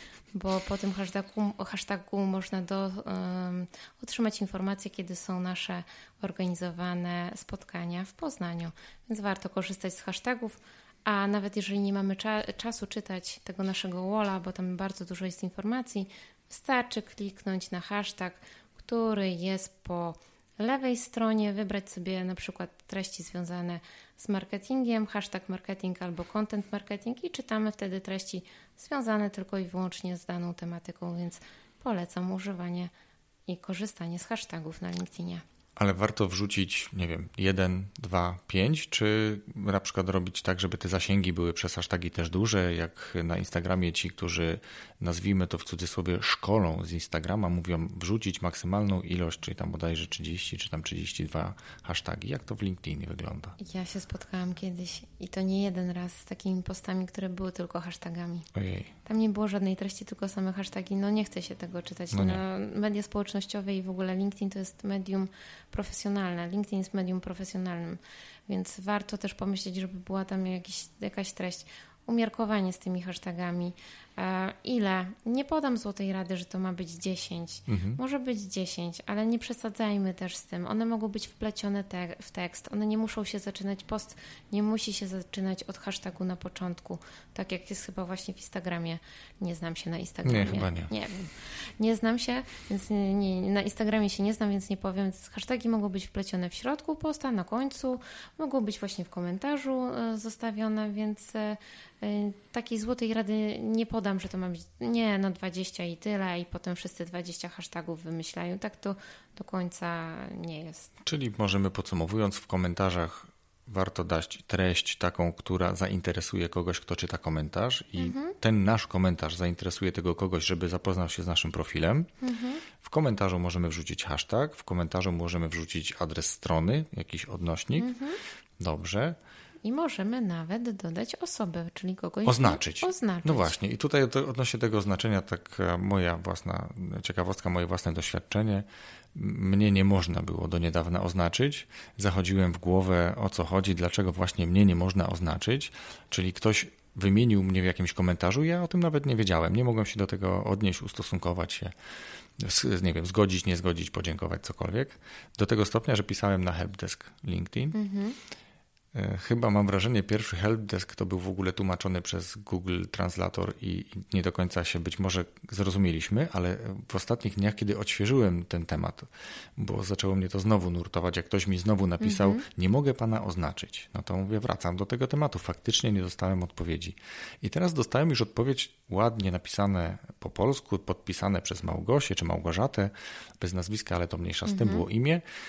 bo po tym hashtagu, hashtagu można do, um, otrzymać informacje, kiedy są nasze organizowane spotkania w Poznaniu. Więc warto korzystać z hashtagów, a nawet jeżeli nie mamy cza- czasu czytać tego naszego walla, bo tam bardzo dużo jest informacji, wystarczy kliknąć na hashtag, który jest po lewej stronie, wybrać sobie na przykład treści związane z marketingiem, hashtag marketing albo content marketing i czytamy wtedy treści związane tylko i wyłącznie z daną tematyką, więc polecam używanie i korzystanie z hashtagów na LinkedInie. Ale warto wrzucić, nie wiem, jeden, dwa, pięć, czy na przykład robić tak, żeby te zasięgi były przez hashtagi też duże, jak na Instagramie ci, którzy nazwijmy to w cudzysłowie szkolą z Instagrama, mówią wrzucić maksymalną ilość, czyli tam bodajże trzydzieści, czy tam trzydzieści dwa hashtagi. Jak to w LinkedInie wygląda? Ja się spotkałam kiedyś i to nie jeden raz z takimi postami, które były tylko hashtagami. Ojej. Tam nie było żadnej treści, tylko same hashtagi. No nie chce się tego czytać. No na media społecznościowe i w ogóle LinkedIn to jest medium profesjonalne. LinkedIn jest medium profesjonalnym, więc warto też pomyśleć, żeby była tam jakiś, jakaś treść. Umiarkowanie z tymi hashtagami. E, ile? Nie podam złotej rady, że to ma być dziesięć. Mhm. Może być dziesięć, ale nie przesadzajmy też z tym. One mogą być wplecione te, w tekst. One nie muszą się zaczynać, post nie musi się zaczynać od hashtagu na początku. Tak jak jest chyba właśnie w Instagramie. Nie znam się na Instagramie. Nie, chyba nie. Nie wiem. Nie znam się, więc nie, nie, na Instagramie się nie znam, więc nie powiem. Więc hashtagi mogą być wplecione w środku posta, na końcu. Mogą być właśnie w komentarzu e, zostawione, więc e, takiej złotej rady nie podam, że to ma być nie, no dwadzieścia i tyle i potem wszyscy dwadzieścia hashtagów wymyślają. Tak to do końca nie jest. Czyli możemy podsumowując w komentarzach warto dać treść taką, która zainteresuje kogoś, kto czyta komentarz i mhm. ten nasz komentarz zainteresuje tego kogoś, żeby zapoznał się z naszym profilem. Mhm. W komentarzu możemy wrzucić hashtag, w komentarzu możemy wrzucić adres strony, jakiś odnośnik. Mhm. Dobrze. I możemy nawet dodać osobę, czyli kogoś oznaczyć. oznaczyć. No właśnie. I tutaj odnośnie tego oznaczenia tak moja własna ciekawostka, moje własne doświadczenie. Mnie nie można było do niedawna oznaczyć. Zachodziłem w głowę, o co chodzi, dlaczego właśnie mnie nie można oznaczyć. Czyli ktoś wymienił mnie w jakimś komentarzu, ja o tym nawet nie wiedziałem. Nie mogłem się do tego odnieść, ustosunkować się, nie wiem, zgodzić, nie zgodzić, podziękować, cokolwiek. Do tego stopnia, że pisałem na helpdesk LinkedIn. Mhm. Chyba mam wrażenie, pierwszy helpdesk to był w ogóle tłumaczony przez Google Translator i nie do końca się być może zrozumieliśmy, ale w ostatnich dniach, kiedy odświeżyłem ten temat, bo zaczęło mnie to znowu nurtować, jak ktoś mi znowu napisał, mm-hmm. nie mogę pana oznaczyć. No to mówię, wracam do tego tematu. Faktycznie nie dostałem odpowiedzi. I teraz dostałem już odpowiedź ładnie napisane po polsku, podpisane przez Małgosię czy Małgorzatę, bez nazwiska, ale to mniejsza z mm-hmm. tym było imię.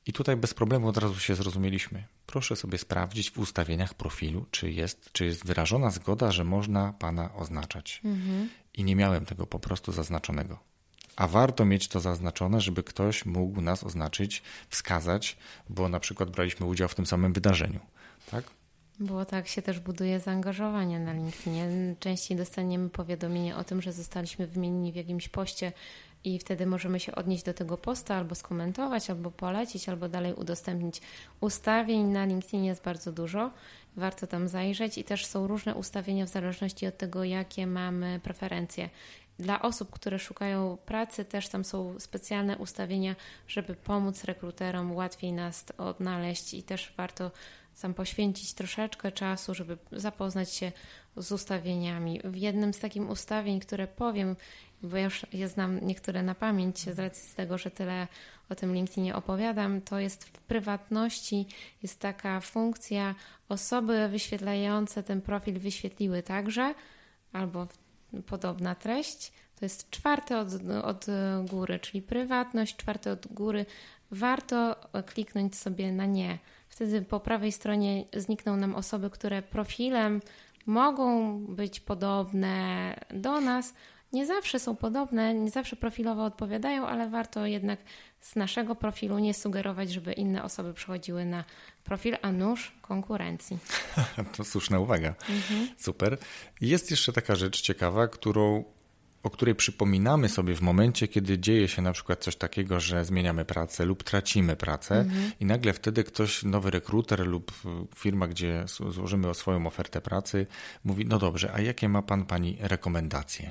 I tutaj bez problemu od razu się zrozumieliśmy. Proszę sobie sprawdzić w ustawieniach profilu, czy jest, czy jest wyrażona zgoda, że można pana oznaczać. Mhm. I nie miałem tego po prostu zaznaczonego. A warto mieć to zaznaczone, żeby ktoś mógł nas oznaczyć, wskazać, bo na przykład braliśmy udział w tym samym wydarzeniu. Tak? Bo tak się też buduje zaangażowanie na LinkedInie. Częściej dostaniemy powiadomienie o tym, że zostaliśmy wymienieni w jakimś poście i wtedy możemy się odnieść do tego posta albo skomentować, albo polecić, albo dalej udostępnić. Ustawień na LinkedInie jest bardzo dużo. Warto tam zajrzeć i też są różne ustawienia w zależności od tego, jakie mamy preferencje. Dla osób, które szukają pracy, też tam są specjalne ustawienia, żeby pomóc rekruterom łatwiej nas odnaleźć i też warto tam poświęcić troszeczkę czasu, żeby zapoznać się z ustawieniami. W jednym z takich ustawień, które powiem, bo ja już je znam niektóre na pamięć z racji z tego, że tyle o tym LinkedInie opowiadam, to jest w prywatności, jest taka funkcja, osoby wyświetlające ten profil wyświetliły także, albo podobna treść, to jest czwarte od, od góry, czyli prywatność, czwarte od góry. Warto kliknąć sobie na nie. Wtedy po prawej stronie znikną nam osoby, które profilem mogą być podobne do nas. Nie zawsze są podobne, nie zawsze profilowo odpowiadają, ale warto jednak z naszego profilu nie sugerować, żeby inne osoby przychodziły na profil, a nuż konkurencji. To słuszna uwaga. Mhm. Super. Jest jeszcze taka rzecz ciekawa, którą, o której przypominamy sobie w momencie, kiedy dzieje się na przykład coś takiego, że zmieniamy pracę lub tracimy pracę mhm. i nagle wtedy ktoś, nowy rekruter lub firma, gdzie złożymy o swoją ofertę pracy, mówi, no dobrze, a jakie ma pan, pani rekomendacje?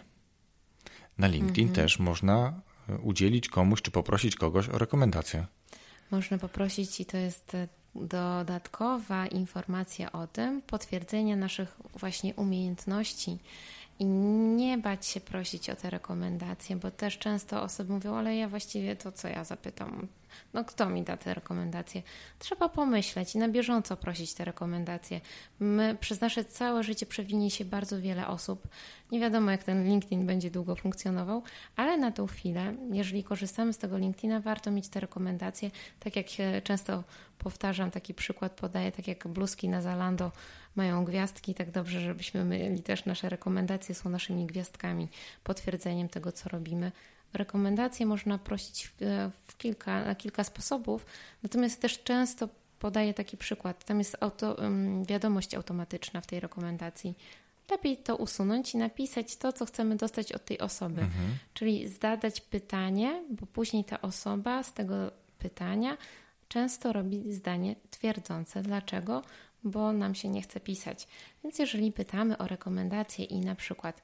Na LinkedIn mhm. też można udzielić komuś, czy poprosić kogoś o rekomendację. Można poprosić i to jest dodatkowa informacja o tym, potwierdzenie naszych właśnie umiejętności i nie bać się prosić o te rekomendacje, bo też często osoby mówią, ale ja właściwie to co ja zapytam, no kto mi da te rekomendacje? Trzeba pomyśleć i na bieżąco prosić te rekomendacje. My przez nasze całe życie przewinie się bardzo wiele osób. Nie wiadomo, jak ten LinkedIn będzie długo funkcjonował, ale na tą chwilę, jeżeli korzystamy z tego LinkedIna, warto mieć te rekomendacje. Tak jak często powtarzam, taki przykład podaję, tak jak bluzki na Zalando mają gwiazdki, tak dobrze, żebyśmy mieli też nasze rekomendacje, są naszymi gwiazdkami, potwierdzeniem tego, co robimy. Rekomendacje można prosić w, w kilka, na kilka sposobów, natomiast też często podaję taki przykład. Tam jest auto, um, wiadomość automatyczna w tej rekomendacji. Lepiej to usunąć i napisać to, co chcemy dostać od tej osoby. Mhm. Czyli zadać pytanie, bo później ta osoba z tego pytania często robi zdanie twierdzące. Dlaczego? Bo nam się nie chce pisać. Więc jeżeli pytamy o rekomendacje i na przykład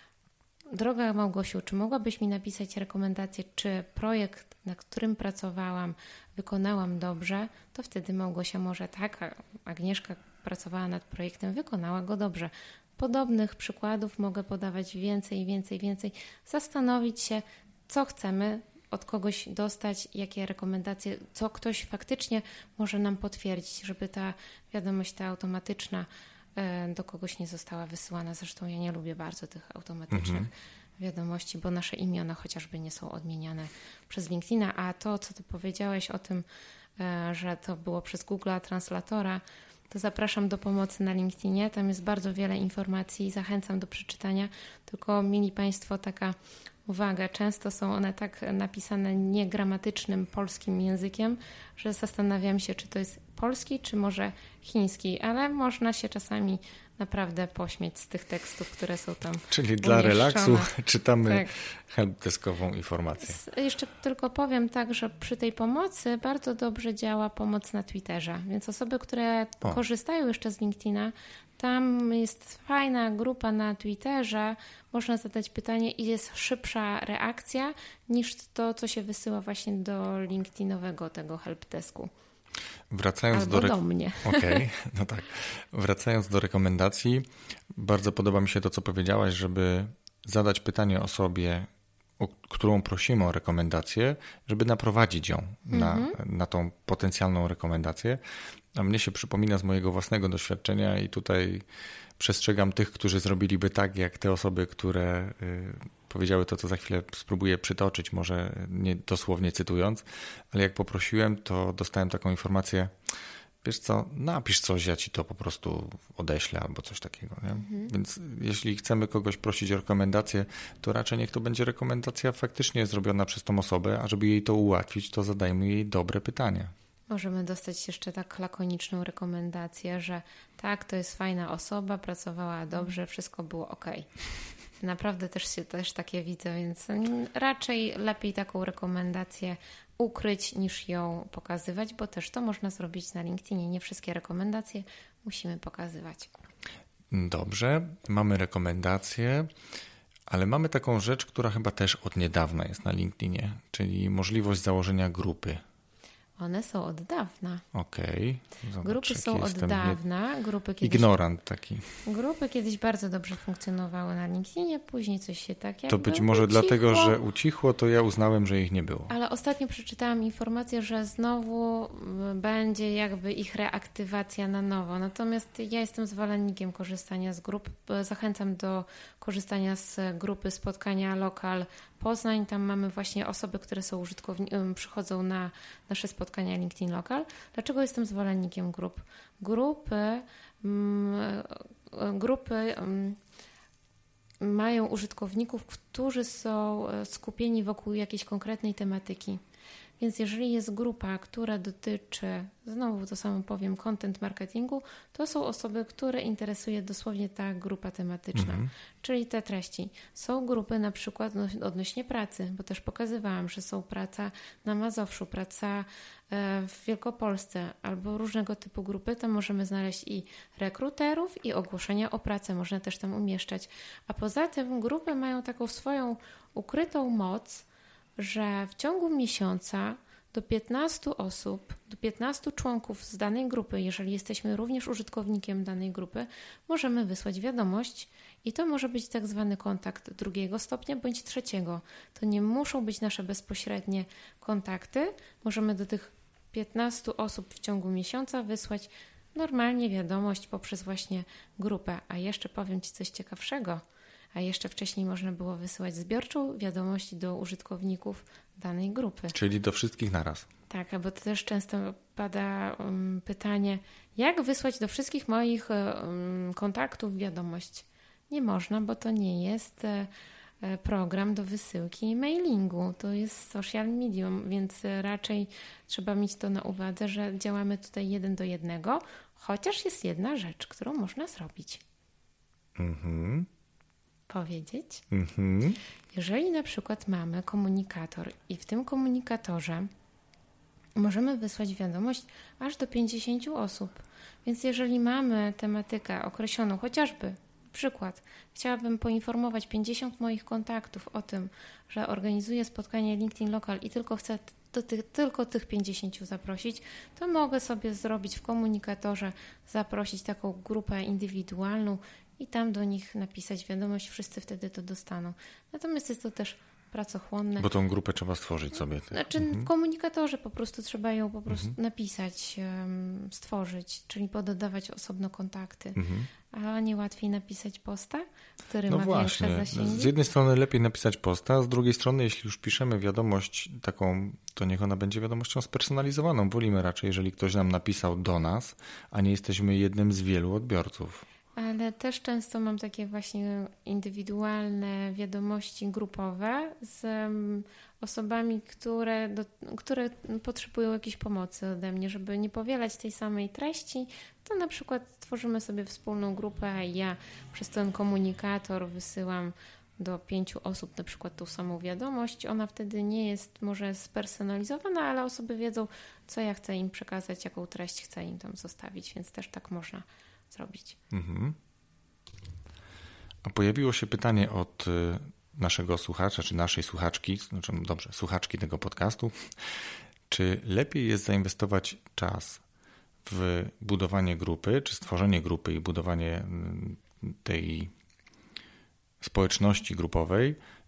droga Małgosiu, czy mogłabyś mi napisać rekomendację, czy projekt, na którym pracowałam, wykonałam dobrze, to wtedy Małgosia może tak, Agnieszka pracowała nad projektem, wykonała go dobrze. Podobnych przykładów mogę podawać więcej, więcej, więcej. Zastanowić się, co chcemy od kogoś dostać, jakie rekomendacje, co ktoś faktycznie może nam potwierdzić, żeby ta wiadomość ta automatyczna do kogoś nie została wysyłana. Zresztą ja nie lubię bardzo tych automatycznych mhm. wiadomości, bo nasze imiona chociażby nie są odmieniane przez LinkedIna, a to, co ty powiedziałeś o tym, że to było przez Google'a Translatora, to zapraszam do pomocy na LinkedInie. Tam jest bardzo wiele informacji, zachęcam do przeczytania, tylko mieli Państwo taka uwaga, często są one tak napisane niegramatycznym polskim językiem, że zastanawiam się, czy to jest polski, czy może chiński, ale można się czasami naprawdę pośmieć z tych tekstów, które są tam Czyli umieszczone. Dla relaksu czytamy tak. helpdeskową informację. Jeszcze tylko powiem tak, że przy tej pomocy bardzo dobrze działa pomoc na Twitterze, więc osoby, które o. korzystają jeszcze z LinkedIna, tam jest fajna grupa na Twitterze, można zadać pytanie i jest szybsza reakcja niż to, co się wysyła właśnie do LinkedInowego tego helpdesku. Wracając Albo do, re... do mnie. Okej, okay, no tak. Wracając do rekomendacji, bardzo podoba mi się to, co powiedziałaś, żeby zadać pytanie osobie, o którą prosimy o rekomendację, żeby naprowadzić ją na, Mhm. na tą potencjalną rekomendację. A mnie się przypomina z mojego własnego doświadczenia i tutaj przestrzegam tych, którzy zrobiliby tak, jak te osoby, które y, powiedziały to, co za chwilę spróbuję przytoczyć, może nie dosłownie cytując, ale jak poprosiłem, to dostałem taką informację: wiesz co, napisz coś, ja ci to po prostu odeślę albo coś takiego. Nie? Mhm. Więc jeśli chcemy kogoś prosić o rekomendację, to raczej niech to będzie rekomendacja faktycznie zrobiona przez tą osobę, a żeby jej to ułatwić, to zadajmy jej dobre pytania. Możemy dostać jeszcze tak lakoniczną rekomendację, że tak, to jest fajna osoba, pracowała dobrze, wszystko było ok. Naprawdę też się też takie widzę, więc raczej lepiej taką rekomendację ukryć niż ją pokazywać, bo też to można zrobić na LinkedInie. Nie wszystkie rekomendacje musimy pokazywać. Dobrze, mamy rekomendacje, ale mamy taką rzecz, która chyba też od niedawna jest na LinkedInie, czyli możliwość założenia grupy. One są od dawna. Okej. Okay. Grupy są od dawna. Grupy kiedyś, ignorant taki. Grupy kiedyś bardzo dobrze funkcjonowały na LinkedInie, później coś się tak jakby To być może ucichło. Dlatego, że ucichło, to ja uznałem, że ich nie było. Ale ostatnio przeczytałam informację, że znowu będzie jakby ich reaktywacja na nowo. Natomiast ja jestem zwolennikiem korzystania z grup. Zachęcam do korzystania z grupy spotkania Lokal Poznań. Tam mamy właśnie osoby, które są użytkownikami, przychodzą na nasze spotkania LinkedIn Lokal. Dlaczego jestem zwolennikiem grup? Grupy, grupy mają użytkowników, którzy są skupieni wokół jakiejś konkretnej tematyki. Więc jeżeli jest grupa, która dotyczy, znowu to samo powiem, content marketingu, to są osoby, które interesuje dosłownie ta grupa tematyczna, mhm. czyli te treści. Są grupy na przykład odnośnie pracy, bo też pokazywałam, że są praca na Mazowszu, praca w Wielkopolsce albo różnego typu grupy. Tam możemy znaleźć i rekruterów, i ogłoszenia o pracę można też tam umieszczać. A poza tym grupy mają taką swoją ukrytą moc, że w ciągu miesiąca do piętnastu osób, do piętnastu członków z danej grupy, jeżeli jesteśmy również użytkownikiem danej grupy, możemy wysłać wiadomość i to może być tak zwany kontakt drugiego stopnia bądź trzeciego. To nie muszą być nasze bezpośrednie kontakty. Możemy do tych piętnastu osób w ciągu miesiąca wysłać normalnie wiadomość poprzez właśnie grupę. A jeszcze powiem Ci coś ciekawszego. A jeszcze wcześniej można było wysyłać zbiorczą wiadomość do użytkowników danej grupy. Czyli do wszystkich naraz. Tak, bo to też często pada um, pytanie, jak wysłać do wszystkich moich um, kontaktów wiadomość? Nie można, bo to nie jest e, program do wysyłki mailingu. To jest social medium, więc raczej trzeba mieć to na uwadze, że działamy tutaj jeden do jednego, chociaż jest jedna rzecz, którą można zrobić. Mhm. Powiedzieć. Mm-hmm. Jeżeli na przykład mamy komunikator i w tym komunikatorze możemy wysłać wiadomość aż do pięćdziesięciu osób. Więc jeżeli mamy tematykę określoną, chociażby przykład, chciałabym poinformować pięćdziesiąt moich kontaktów o tym, że organizuję spotkanie LinkedIn Lokal i tylko chcę do tych, tylko tych pięćdziesięciu zaprosić, to mogę sobie zrobić w komunikatorze, zaprosić taką grupę indywidualną i tam do nich napisać wiadomość, wszyscy wtedy to dostaną. Natomiast jest to też pracochłonne. Bo tą grupę trzeba stworzyć sobie. Znaczy mhm. w komunikatorze po prostu trzeba ją po prostu mhm. napisać, um, stworzyć, czyli pododawać osobno kontakty. Mhm. A nie łatwiej napisać posta, który no ma właśnie. większe zasięgi? Z jednej strony lepiej napisać posta, z drugiej strony jeśli już piszemy wiadomość taką, to niech ona będzie wiadomością spersonalizowaną. Wolimy raczej, jeżeli ktoś nam napisał do nas, a nie jesteśmy jednym z wielu odbiorców. Ale też często mam takie właśnie indywidualne wiadomości grupowe z osobami, które, do, które potrzebują jakiejś pomocy ode mnie, żeby nie powielać tej samej treści, to na przykład tworzymy sobie wspólną grupę i ja przez ten komunikator wysyłam do pięciu osób na przykład tą samą wiadomość. Ona wtedy nie jest może spersonalizowana, ale osoby wiedzą, co ja chcę im przekazać, jaką treść chcę im tam zostawić, więc też tak można zrobić. Mhm. A pojawiło się pytanie od naszego słuchacza, czy naszej słuchaczki, znaczy dobrze, słuchaczki tego podcastu, czy lepiej jest zainwestować czas w budowanie grupy, czy stworzenie grupy i budowanie tej społeczności grupowej,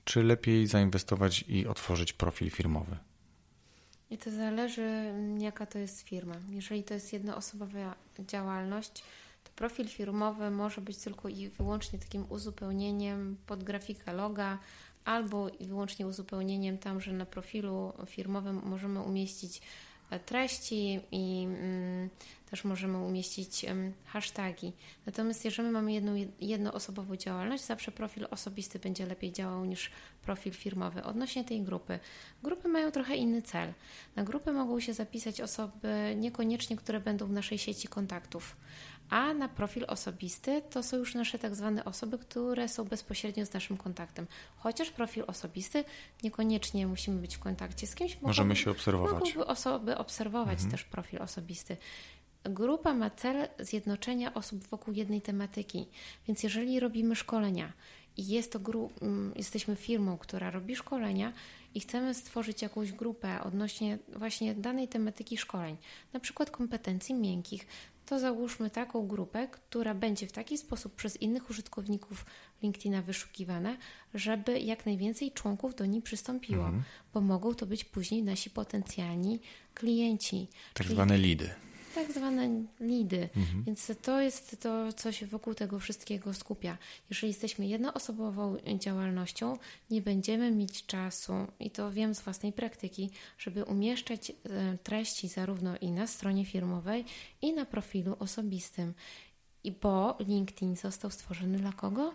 czy lepiej zainwestować i otworzyć profil firmowy? I to zależy, jaka to jest firma. Jeżeli to jest jednoosobowa działalność, to profil firmowy może być tylko i wyłącznie takim uzupełnieniem pod grafikę loga, albo i wyłącznie uzupełnieniem tam, że na profilu firmowym możemy umieścić treści i mm, też możemy umieścić um, hasztagi. Natomiast jeżeli mamy jedną jednoosobową działalność, zawsze profil osobisty będzie lepiej działał niż profil firmowy. Odnośnie tej grupy. Grupy mają trochę inny cel. Na grupę mogą się zapisać osoby niekoniecznie, które będą w naszej sieci kontaktów, a na profil osobisty to są już nasze tak zwane osoby, które są bezpośrednio z naszym kontaktem. Chociaż profil osobisty niekoniecznie musimy być w kontakcie z kimś. Możemy mogą, się obserwować. Mogą osoby obserwować mhm. też profil osobisty. Grupa ma cel zjednoczenia osób wokół jednej tematyki, więc jeżeli robimy szkolenia i jest to gru- jesteśmy firmą, która robi szkolenia i chcemy stworzyć jakąś grupę odnośnie właśnie danej tematyki szkoleń, na przykład kompetencji miękkich, to załóżmy taką grupę, która będzie w taki sposób przez innych użytkowników LinkedIna wyszukiwana, żeby jak najwięcej członków do niej przystąpiło, mhm. bo mogą to być później nasi potencjalni klienci. Tak czyli... zwane lidy. Tak zwane lidy, mhm. więc to jest to, co się wokół tego wszystkiego skupia. Jeżeli jesteśmy jednoosobową działalnością, nie będziemy mieć czasu, i to wiem z własnej praktyki, żeby umieszczać treści zarówno i na stronie firmowej, i na profilu osobistym. I bo LinkedIn został stworzony dla kogo?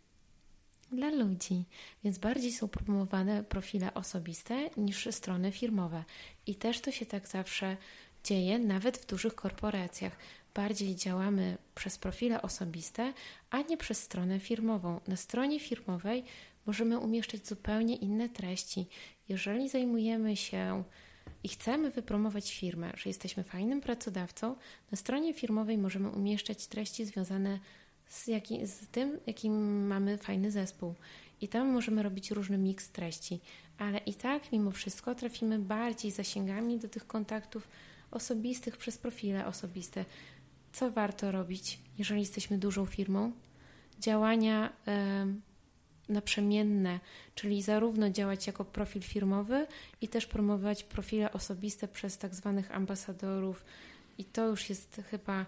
Dla ludzi, więc bardziej są promowane profile osobiste niż strony firmowe. I też to się tak zawsze dzieje, nawet w dużych korporacjach. Bardziej działamy przez profile osobiste, a nie przez stronę firmową. Na stronie firmowej możemy umieszczać zupełnie inne treści. Jeżeli zajmujemy się i chcemy wypromować firmę, że jesteśmy fajnym pracodawcą, na stronie firmowej możemy umieszczać treści związane z, jaki, z tym, jakim mamy fajny zespół. I tam możemy robić różny miks treści, ale i tak mimo wszystko trafimy bardziej zasięgami do tych kontaktów osobistych przez profile osobiste. Co warto robić, jeżeli jesteśmy dużą firmą? Działania y, naprzemienne, czyli zarówno działać jako profil firmowy i też promować profile osobiste przez tak zwanych ambasadorów. I to już jest chyba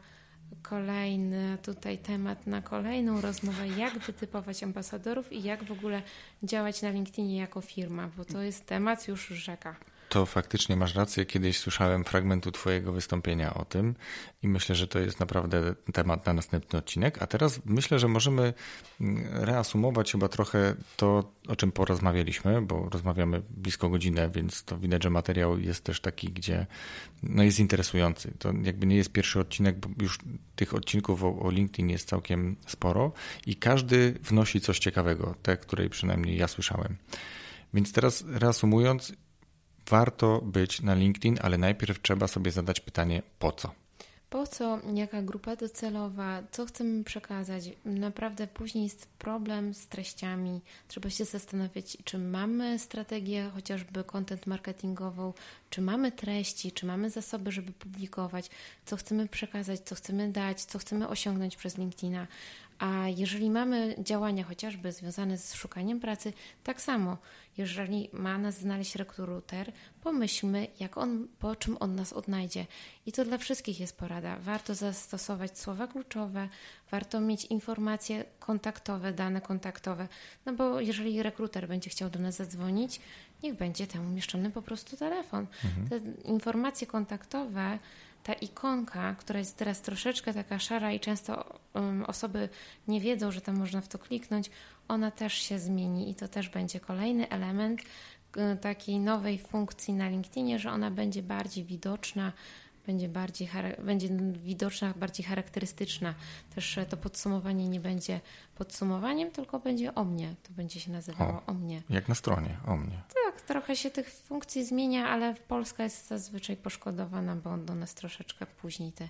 kolejny tutaj temat na kolejną rozmowę, jak wytypować ambasadorów i jak w ogóle działać na LinkedInie jako firma, bo to jest temat już rzeka. To faktycznie masz rację. Kiedyś słyszałem fragmentu twojego wystąpienia o tym i myślę, że to jest naprawdę temat na następny odcinek. A teraz myślę, że możemy reasumować chyba trochę to, o czym porozmawialiśmy, bo rozmawiamy blisko godzinę, więc to widać, że materiał jest też taki, gdzie no jest interesujący. To jakby nie jest pierwszy odcinek, bo już tych odcinków o, o LinkedIn jest całkiem sporo i każdy wnosi coś ciekawego, te, której przynajmniej ja słyszałem. Więc teraz reasumując, warto być na LinkedIn, ale najpierw trzeba sobie zadać pytanie, po co? Po co, jaka grupa docelowa, co chcemy przekazać? Naprawdę później jest problem z treściami. Trzeba się zastanawiać, czy mamy strategię, chociażby content marketingową, czy mamy treści, czy mamy zasoby, żeby publikować, co chcemy przekazać, co chcemy dać, co chcemy osiągnąć przez LinkedIna. A jeżeli mamy działania chociażby związane z szukaniem pracy, tak samo, jeżeli ma nas znaleźć rekruter, pomyślmy, jak on, po czym on nas odnajdzie. I to dla wszystkich jest porada. Warto zastosować słowa kluczowe, warto mieć informacje kontaktowe, dane kontaktowe, no bo jeżeli rekruter będzie chciał do nas zadzwonić, niech będzie tam umieszczony po prostu telefon. Mhm. Te informacje kontaktowe, ta ikonka, która jest teraz troszeczkę taka szara i często um, osoby nie wiedzą, że tam można w to kliknąć, ona też się zmieni i to też będzie kolejny element y, takiej nowej funkcji na LinkedInie, że ona będzie bardziej widoczna, będzie bardziej będzie widoczna, bardziej charakterystyczna. Też to podsumowanie nie będzie podsumowaniem, tylko będzie o mnie. To będzie się nazywało o, o mnie. Jak na stronie, o mnie. Tak, trochę się tych funkcji zmienia, ale Polska jest zazwyczaj poszkodowana, bo do nas troszeczkę później te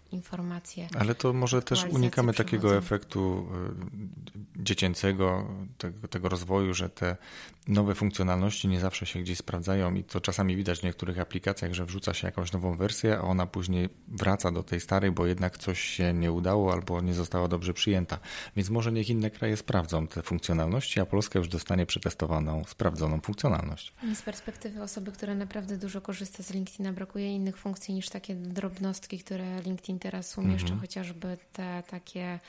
informacje. Ale to może też unikamy takiego efektu dziecięcego, tego, tego rozwoju, że te nowe funkcjonalności nie zawsze się gdzieś sprawdzają i to czasami widać w niektórych aplikacjach, że wrzuca się jakąś nową wersję, a ona później wraca do tej starej, bo jednak coś się nie udało albo nie została dobrze przyjęta. Więc może niech inne kraje sprawdzą te funkcjonalności, a Polska już dostanie przetestowaną, sprawdzoną funkcjonalność. Z perspektywy osoby, która naprawdę dużo korzysta z LinkedIna, brakuje innych funkcji niż takie drobnostki, które LinkedIn teraz umieszcza, mhm. chociażby te takie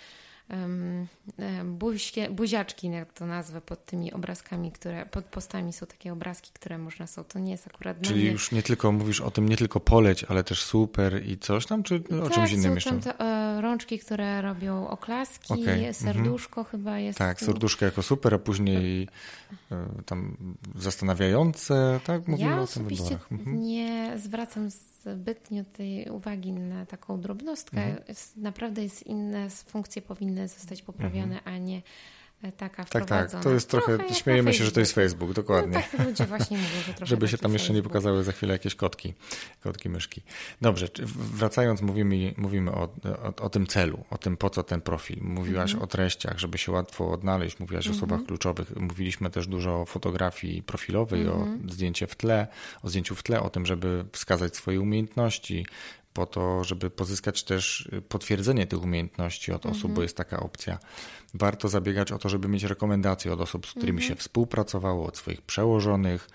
um, buźkie, buziaczki, jak to nazwę, pod tymi obrazkami, które pod postami są takie obrazki, które można są. To nie jest akurat... Czyli nie... już nie tylko mówisz o tym, nie tylko poleć, ale też super i coś tam, czy o tak, czymś innym jeszcze? Tak, są tam te, e, rączki, które robią oklaski, okay. serduszko mhm. chyba jest. Tak, serduszko jako super, a później e, tam zastanawiające, tak? Mówimy ja o tym osobiście mhm. nie zwracam zbytnio tej uwagi na taką drobnostkę. Mhm. Jest, naprawdę jest inne funkcje powinny zostać poprawione, mhm. a nie taka wprowadzona. Tak, tak, to jest trochę, trochę śmiejemy się, że to jest Facebook, dokładnie. No, tak ludzie właśnie mówią, że trochę żeby się tam jeszcze Facebook. Nie pokazały za chwilę jakieś kotki, kotki, myszki. Dobrze, wracając, mówimy, mówimy o, o, o tym celu, o tym, po co ten profil. Mówiłaś mhm. o treściach, żeby się łatwo odnaleźć, mówiłaś mhm. o osobach kluczowych. Mówiliśmy też dużo o fotografii profilowej, mhm. o zdjęcie w tle, o zdjęciu w tle, o tym, żeby wskazać swoje umiejętności, po to, żeby pozyskać też potwierdzenie tych umiejętności od osób, mhm. bo jest taka opcja. Warto zabiegać o to, żeby mieć rekomendacje od osób, z którymi mhm. się współpracowało, od swoich przełożonych,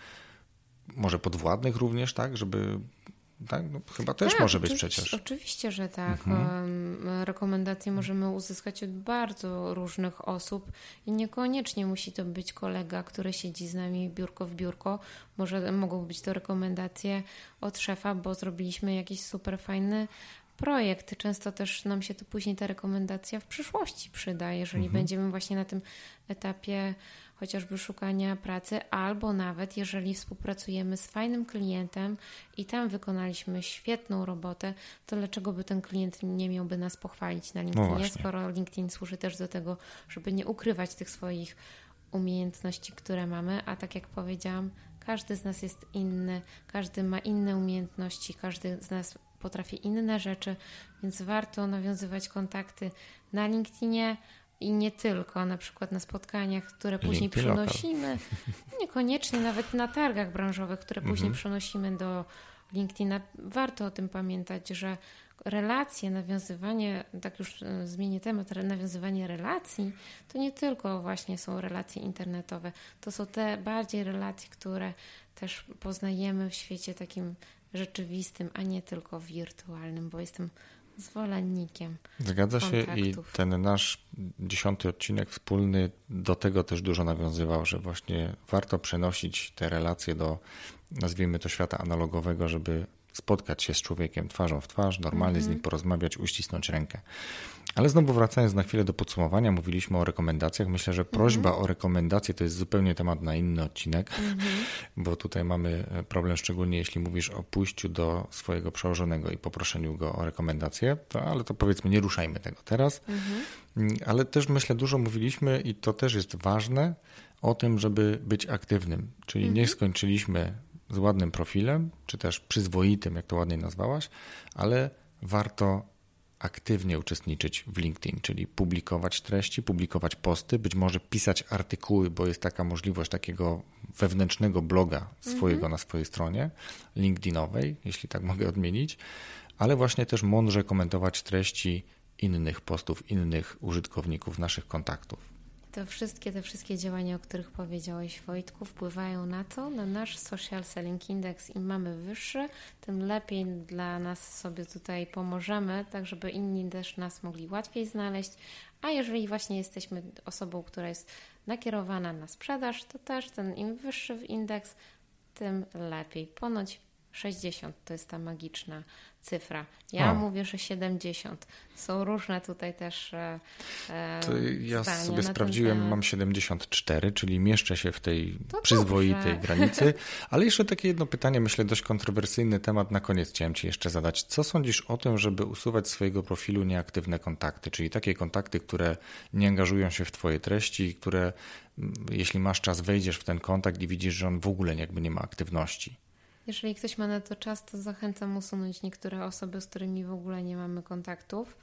może podwładnych również, tak, żeby... Tak, no, chyba też tak, może być przecież. Oczywiście, że tak. Mhm. Rekomendacje możemy uzyskać od bardzo różnych osób i niekoniecznie musi to być kolega, który siedzi z nami biurko w biurko. Może mogą być to rekomendacje od szefa, bo zrobiliśmy jakiś super fajny projekt. Często też nam się to później ta rekomendacja w przyszłości przyda, jeżeli mhm. będziemy właśnie na tym etapie chociażby szukania pracy, albo nawet jeżeli współpracujemy z fajnym klientem i tam wykonaliśmy świetną robotę, to dlaczego by ten klient nie miałby nas pochwalić na LinkedInie, no skoro LinkedIn służy też do tego, żeby nie ukrywać tych swoich umiejętności, które mamy, a tak jak powiedziałam, każdy z nas jest inny, każdy ma inne umiejętności, każdy z nas potrafi inne rzeczy, więc warto nawiązywać kontakty na LinkedInie i nie tylko, na przykład na spotkaniach, które później LinkedIn przenosimy, local. Niekoniecznie nawet na targach branżowych, które później mm-hmm. przenosimy do LinkedIna. Warto o tym pamiętać, że relacje, nawiązywanie, tak już zmienię temat, nawiązywanie relacji, to nie tylko właśnie są relacje internetowe, to są te bardziej relacje, które też poznajemy w świecie takim rzeczywistym, a nie tylko wirtualnym, bo jestem zwolennikiem Zgadza się kontaktów. I ten nasz dziesiąty odcinek wspólny do tego też dużo nawiązywał, że właśnie warto przenosić te relacje do, nazwijmy to, świata analogowego, żeby spotkać się z człowiekiem twarzą w twarz, normalnie mm-hmm. z nim porozmawiać, uścisnąć rękę. Ale znowu wracając na chwilę do podsumowania, mówiliśmy o rekomendacjach. Myślę, że prośba mm-hmm. o rekomendacje to jest zupełnie temat na inny odcinek, mm-hmm. bo tutaj mamy problem, szczególnie jeśli mówisz o pójściu do swojego przełożonego i poproszeniu go o rekomendację, to, ale to powiedzmy nie ruszajmy tego teraz. Mm-hmm. Ale też myślę, dużo mówiliśmy i to też jest ważne o tym, żeby być aktywnym, czyli mm-hmm. nie skończyliśmy z ładnym profilem, czy też przyzwoitym, jak to ładnie nazwałaś, ale warto aktywnie uczestniczyć w LinkedIn, czyli publikować treści, publikować posty, być może pisać artykuły, bo jest taka możliwość takiego wewnętrznego bloga swojego mm-hmm. na swojej stronie LinkedInowej, jeśli tak mogę odmienić, ale właśnie też mądrze komentować treści innych postów, innych użytkowników, naszych kontaktów. To wszystkie te wszystkie działania, o których powiedziałeś, Wojtku, wpływają na to, na nasz Social Selling Index. Im mamy wyższy, tym lepiej dla nas sobie tutaj pomożemy, tak żeby inni też nas mogli łatwiej znaleźć. A jeżeli właśnie jesteśmy osobą, która jest nakierowana na sprzedaż, to też ten im wyższy indeks, tym lepiej. Ponoć sześćdziesiąt to jest ta magiczna cyfra. Ja o. mówię, że siedemdziesiąt. Są różne tutaj też e, to ja sobie sprawdziłem, mam siedemdziesiąt cztery, czyli mieszczę się w tej to przyzwoitej dobrze. granicy. Ale jeszcze takie jedno pytanie, myślę dość kontrowersyjny temat. Na koniec chciałem Ci jeszcze zadać. Co sądzisz o tym, żeby usuwać z swojego profilu nieaktywne kontakty, czyli takie kontakty, które nie angażują się w Twoje treści, które jeśli masz czas, wejdziesz w ten kontakt i widzisz, że on w ogóle jakby nie ma aktywności? Jeżeli ktoś ma na to czas, to zachęcam usunąć niektóre osoby, z którymi w ogóle nie mamy kontaktów.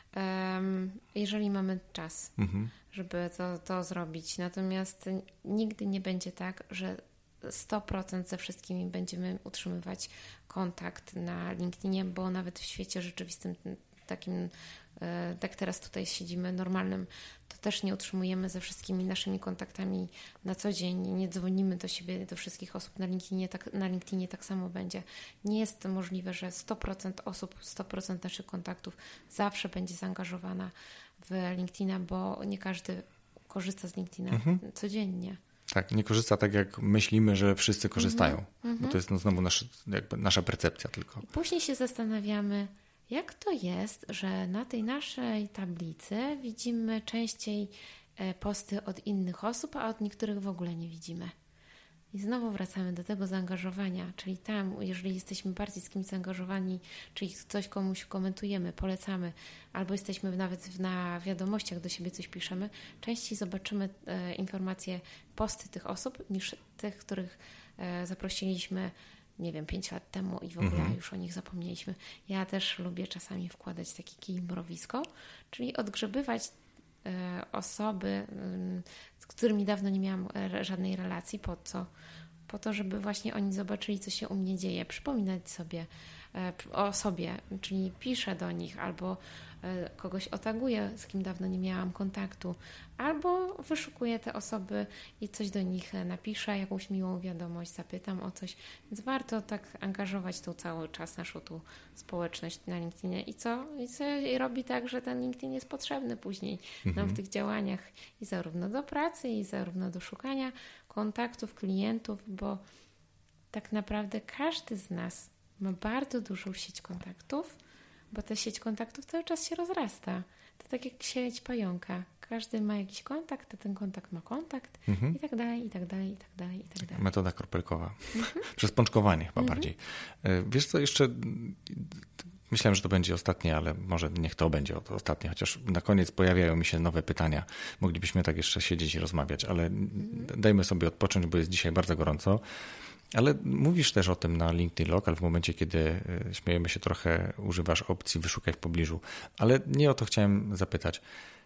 Um, jeżeli mamy czas, mhm. żeby to, to zrobić. Natomiast nigdy nie będzie tak, że sto procent ze wszystkimi będziemy utrzymywać kontakt na LinkedInie, bo nawet w świecie rzeczywistym takim, tak teraz tutaj siedzimy, normalnym, to też nie utrzymujemy ze wszystkimi naszymi kontaktami na co dzień, nie dzwonimy do siebie, do wszystkich osób na LinkedInie, tak, na LinkedInie tak samo będzie. Nie jest to możliwe, że sto procent osób, sto procent naszych kontaktów zawsze będzie zaangażowana w LinkedIna, bo nie każdy korzysta z LinkedIna mhm. codziennie. Tak, nie korzysta tak, jak myślimy, że wszyscy korzystają, mm-hmm. bo to jest no znowu nasz, jakby nasza percepcja tylko. I później się zastanawiamy, jak to jest, że na tej naszej tablicy widzimy częściej posty od innych osób, a od niektórych w ogóle nie widzimy. I znowu wracamy do tego zaangażowania, czyli tam, jeżeli jesteśmy bardziej z kimś zaangażowani, czyli coś komuś komentujemy, polecamy, albo jesteśmy nawet na wiadomościach do siebie coś piszemy, częściej zobaczymy e, informacje, posty tych osób niż tych, których e, zaprosiliśmy, nie wiem, pięć lat temu i w ogóle mhm. już o nich zapomnieliśmy. Ja też lubię czasami wkładać taki kij mrowisko, czyli odgrzebywać osoby, z którymi dawno nie miałam żadnej relacji. Po co? Po to, żeby właśnie oni zobaczyli, co się u mnie dzieje, przypominać sobie o sobie, czyli piszę do nich albo kogoś otaguję, z kim dawno nie miałam kontaktu, albo wyszukuję te osoby i coś do nich napiszę, jakąś miłą wiadomość, zapytam o coś. Więc warto tak angażować tu cały czas naszą tu społeczność na LinkedInie. I co? I co robi tak, że ten LinkedIn jest potrzebny później mhm. nam w tych działaniach i zarówno do pracy, i zarówno do szukania kontaktów, klientów, bo tak naprawdę każdy z nas ma bardzo dużą sieć kontaktów, bo ta sieć kontaktów cały czas się rozrasta. To tak jak sieć pająka. Każdy ma jakiś kontakt, a ten kontakt ma kontakt mhm. i tak dalej, i tak dalej, i tak dalej, i tak dalej. Metoda kropelkowa. Mhm. Przez pączkowanie chyba mhm. bardziej. Wiesz co, jeszcze myślałem, że to będzie ostatnie, ale może niech to będzie ostatnie, chociaż na koniec pojawiają mi się nowe pytania. Moglibyśmy tak jeszcze siedzieć i rozmawiać, ale mhm. dajmy sobie odpocząć, bo jest dzisiaj bardzo gorąco. Ale mówisz też o tym na LinkedIn Local w momencie, kiedy śmiejemy się trochę, używasz opcji wyszukaj w pobliżu. Ale nie o to chciałem zapytać.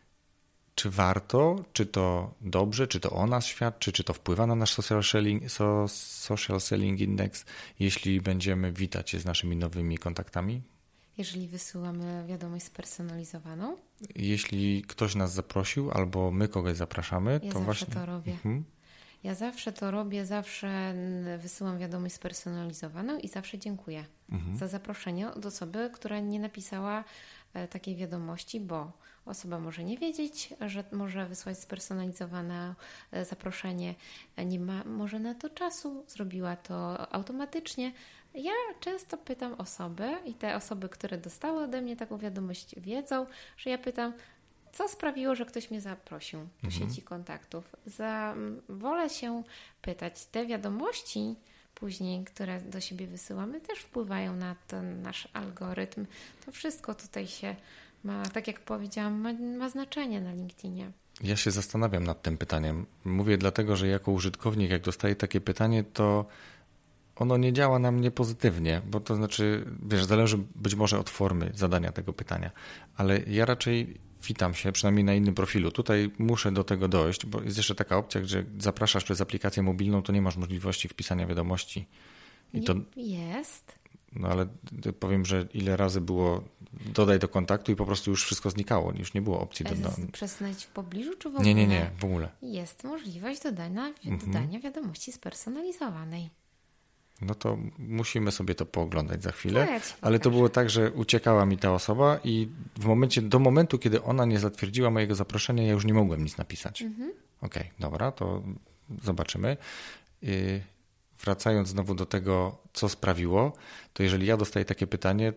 Czy warto, czy to dobrze, czy to o nas świadczy, czy to wpływa na nasz social selling, so, social selling index, jeśli będziemy witać się z naszymi nowymi kontaktami? Jeżeli wysyłamy wiadomość spersonalizowaną? Jeśli ktoś nas zaprosił albo my kogoś zapraszamy, ja to zawsze właśnie... to robię. Mhm. Ja zawsze to robię, zawsze wysyłam wiadomość spersonalizowaną i zawsze dziękuję mhm. za zaproszenie od osoby, która nie napisała takiej wiadomości, bo osoba może nie wiedzieć, że może wysłać spersonalizowane zaproszenie, nie ma może na to czasu, zrobiła to automatycznie. Ja często pytam osoby i te osoby, które dostały ode mnie taką wiadomość, wiedzą, że ja pytam, co sprawiło, że ktoś mnie zaprosił do mhm. sieci kontaktów. Za, wolę się pytać. Te wiadomości później, które do siebie wysyłamy, też wpływają na ten nasz algorytm. To wszystko tutaj się ma, tak jak powiedziałam, ma, ma znaczenie na LinkedInie. Ja się zastanawiam nad tym pytaniem. Mówię dlatego, że jako użytkownik, jak dostaję takie pytanie, to ono nie działa na mnie pozytywnie, bo to znaczy, wiesz, zależy być może od formy zadania tego pytania, ale ja raczej witam się, przynajmniej na innym profilu. Tutaj muszę do tego dojść, bo jest jeszcze taka opcja, że zapraszasz przez aplikację mobilną, to nie masz możliwości wpisania wiadomości. I to, jest. No ale powiem, że ile razy było dodaj do kontaktu i po prostu już wszystko znikało, już nie było opcji dodania. Przesunąć w pobliżu czy w ogóle? Nie, nie, nie, w ogóle. Jest możliwość dodania, mhm. dodania wiadomości spersonalizowanej. No to musimy sobie to pooglądać za chwilę, ja ale to było tak, że uciekała mi ta osoba i w momencie, do momentu, kiedy ona nie zatwierdziła mojego zaproszenia, ja już nie mogłem nic napisać. Mhm. Okej, okay, dobra, to zobaczymy. Yy, wracając znowu do tego, co sprawiło, to jeżeli ja dostaję takie pytanie,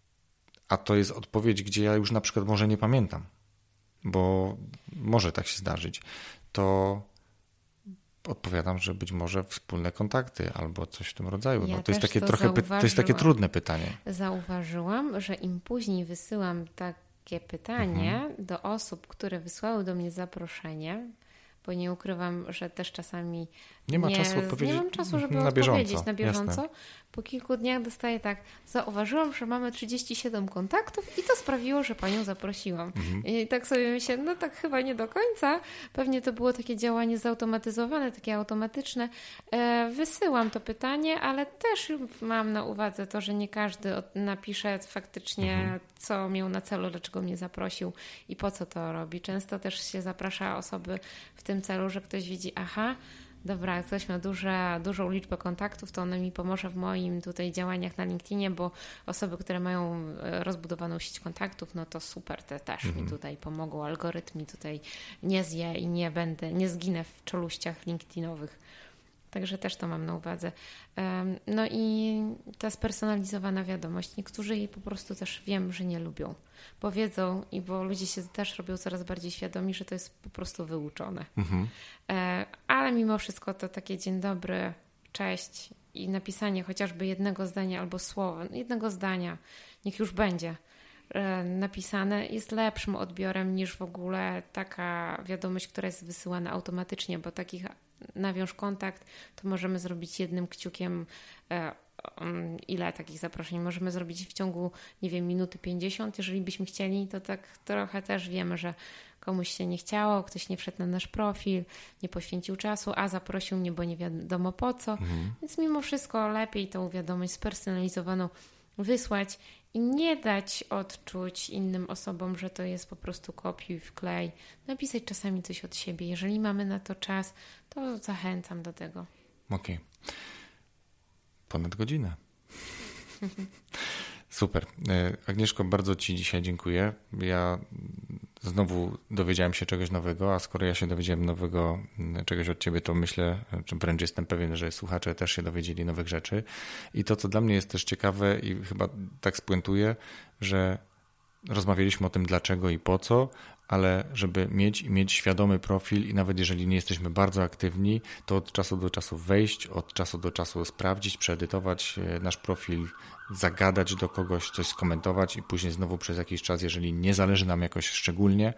a to jest odpowiedź, gdzie ja już na przykład może nie pamiętam, bo może tak się zdarzyć, to odpowiadam, że być może wspólne kontakty albo coś w tym rodzaju. Ja no, to, jest takie to, trochę, to jest takie trudne pytanie. Zauważyłam, że im później wysyłam takie pytanie mhm. do osób, które wysłały do mnie zaproszenie, bo nie ukrywam, że też czasami nie, ma nie, czasu odpowiedzieć nie mam czasu, żeby na odpowiedzieć bieżąco. na bieżąco. Jasne. Po kilku dniach dostaję tak, zauważyłam, że mamy trzydzieści siedem kontaktów i to sprawiło, że panią zaprosiłam. Mhm. I tak sobie myślę, no tak chyba nie do końca. Pewnie to było takie działanie zautomatyzowane, takie automatyczne. E, wysyłam to pytanie, ale też mam na uwadze to, że nie każdy napisze faktycznie, mhm. co miał na celu, dlaczego mnie zaprosił i po co to robi. Często też się zaprasza osoby w tym celu, że ktoś widzi, aha, dobra, jak ktoś ma duże, dużą liczbę kontaktów, to ono mi pomoże w moim tutaj działaniach na LinkedInie, bo osoby, które mają rozbudowaną sieć kontaktów, no to super, te też mhm. mi tutaj pomogą. Algorytm mi tutaj nie zje i nie będę, nie zginę w czeluściach LinkedInowych. Także też to mam na uwadze. No i ta spersonalizowana wiadomość. Niektórzy jej po prostu też wiem, że nie lubią, bo wiedzą i bo ludzie się też robią coraz bardziej świadomi, że to jest po prostu wyuczone. Mhm. Ale mimo wszystko to takie dzień dobry, cześć i napisanie chociażby jednego zdania albo słowa, jednego zdania, niech już będzie napisane, jest lepszym odbiorem niż w ogóle taka wiadomość, która jest wysyłana automatycznie, bo takich nawiąż kontakt, to możemy zrobić jednym kciukiem e, um, ile takich zaproszeń możemy zrobić w ciągu, nie wiem, minuty pięćdziesiąt, jeżeli byśmy chcieli, to tak trochę też wiemy, że komuś się nie chciało, ktoś nie wszedł na nasz profil, nie poświęcił czasu, a zaprosił mnie, bo nie wiadomo po co, mhm. więc mimo wszystko lepiej tą wiadomość spersonalizowaną wysłać i nie dać odczuć innym osobom, że to jest po prostu kopiuj, wklej. Napisać czasami coś od siebie. Jeżeli mamy na to czas, to zachęcam do tego. Okej. Okay. Ponad godzinę. Super. Agnieszko, bardzo Ci dzisiaj dziękuję. Ja znowu dowiedziałem się czegoś nowego, a skoro ja się dowiedziałem nowego czegoś od Ciebie, to myślę, czy wręcz jestem pewien, że słuchacze też się dowiedzieli nowych rzeczy. I to, co dla mnie jest też ciekawe i chyba tak spuentuję, że rozmawialiśmy o tym dlaczego i po co, ale żeby mieć mieć świadomy profil i nawet jeżeli nie jesteśmy bardzo aktywni, to od czasu do czasu wejść, od czasu do czasu sprawdzić, przeedytować nasz profil, zagadać do kogoś, coś skomentować i później znowu przez jakiś czas, jeżeli nie zależy nam jakoś szczególnie,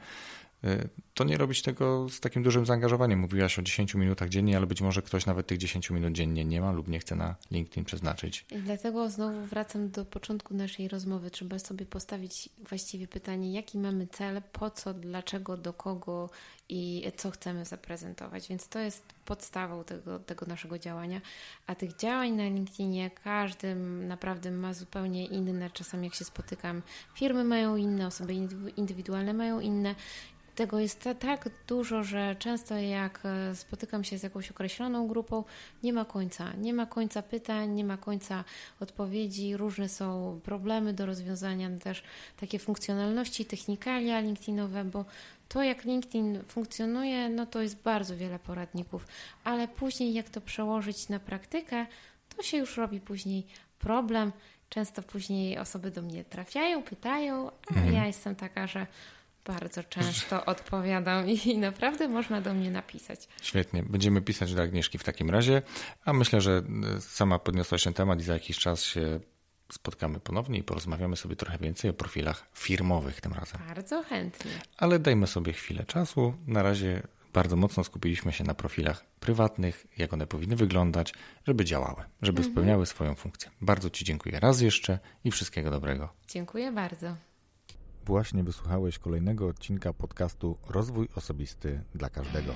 to nie robić tego z takim dużym zaangażowaniem. Mówiłaś o dziesięciu minutach dziennie, ale być może ktoś nawet tych dziesięciu minut dziennie nie ma lub nie chce na LinkedIn przeznaczyć. I dlatego znowu wracam do początku naszej rozmowy. Trzeba sobie postawić właściwie pytanie, jaki mamy cel, po co, dlaczego, do kogo i co chcemy zaprezentować. Więc to jest podstawą tego, tego naszego działania. A tych działań na LinkedInie każdy naprawdę ma zupełnie inne. Czasami jak się spotykam, firmy mają inne, osoby indywidualne mają inne. Tego jest tak dużo, że często jak spotykam się z jakąś określoną grupą, nie ma końca. Nie ma końca pytań, nie ma końca odpowiedzi. Różne są problemy do rozwiązania, też takie funkcjonalności, technikalia LinkedInowe, bo to jak LinkedIn funkcjonuje, no to jest bardzo wiele poradników, ale później jak to przełożyć na praktykę, to się już robi później problem. Często później osoby do mnie trafiają, pytają, a mhm. ja jestem taka, że bardzo często odpowiadam i naprawdę można do mnie napisać. Świetnie. Będziemy pisać do Agnieszki w takim razie, a myślę, że sama podniosłaś ten temat i za jakiś czas się spotkamy ponownie i porozmawiamy sobie trochę więcej o profilach firmowych tym razem. Bardzo chętnie. Ale dajmy sobie chwilę czasu. Na razie bardzo mocno skupiliśmy się na profilach prywatnych, jak one powinny wyglądać, żeby działały, żeby mhm. spełniały swoją funkcję. Bardzo Ci dziękuję raz jeszcze i wszystkiego dobrego. Dziękuję bardzo. Właśnie wysłuchałeś kolejnego odcinka podcastu Rozwój Osobisty dla Każdego.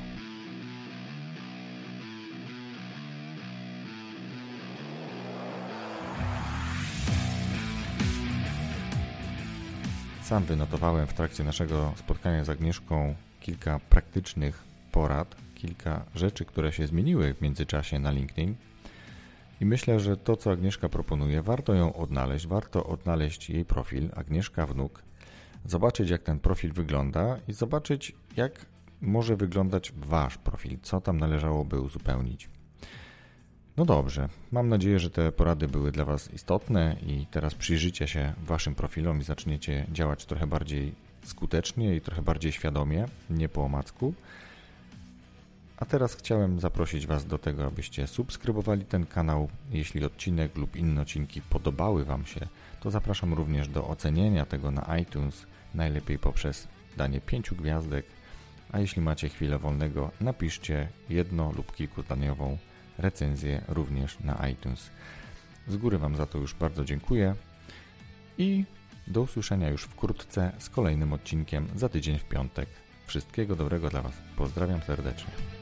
Sam wynotowałem w trakcie naszego spotkania z Agnieszką kilka praktycznych porad, kilka rzeczy, które się zmieniły w międzyczasie na LinkedIn. I myślę, że to, co Agnieszka proponuje, warto ją odnaleźć, warto odnaleźć jej profil Agnieszka Wnuk, zobaczyć, jak ten profil wygląda i zobaczyć, jak może wyglądać Wasz profil, co tam należałoby uzupełnić. No dobrze, mam nadzieję, że te porady były dla Was istotne i teraz przyjrzycie się Waszym profilom i zaczniecie działać trochę bardziej skutecznie i trochę bardziej świadomie, nie po omacku. A teraz chciałem zaprosić Was do tego, abyście subskrybowali ten kanał. Jeśli odcinek lub inne odcinki podobały Wam się, to zapraszam również do ocenienia tego na iTunes, najlepiej poprzez danie pięciu gwiazdek a jeśli macie chwilę wolnego, napiszcie jedno lub kilkuzdaniową recenzję również na iTunes. Z góry Wam za to już bardzo dziękuję i do usłyszenia już wkrótce z kolejnym odcinkiem za tydzień w piątek. Wszystkiego dobrego dla Was. Pozdrawiam serdecznie.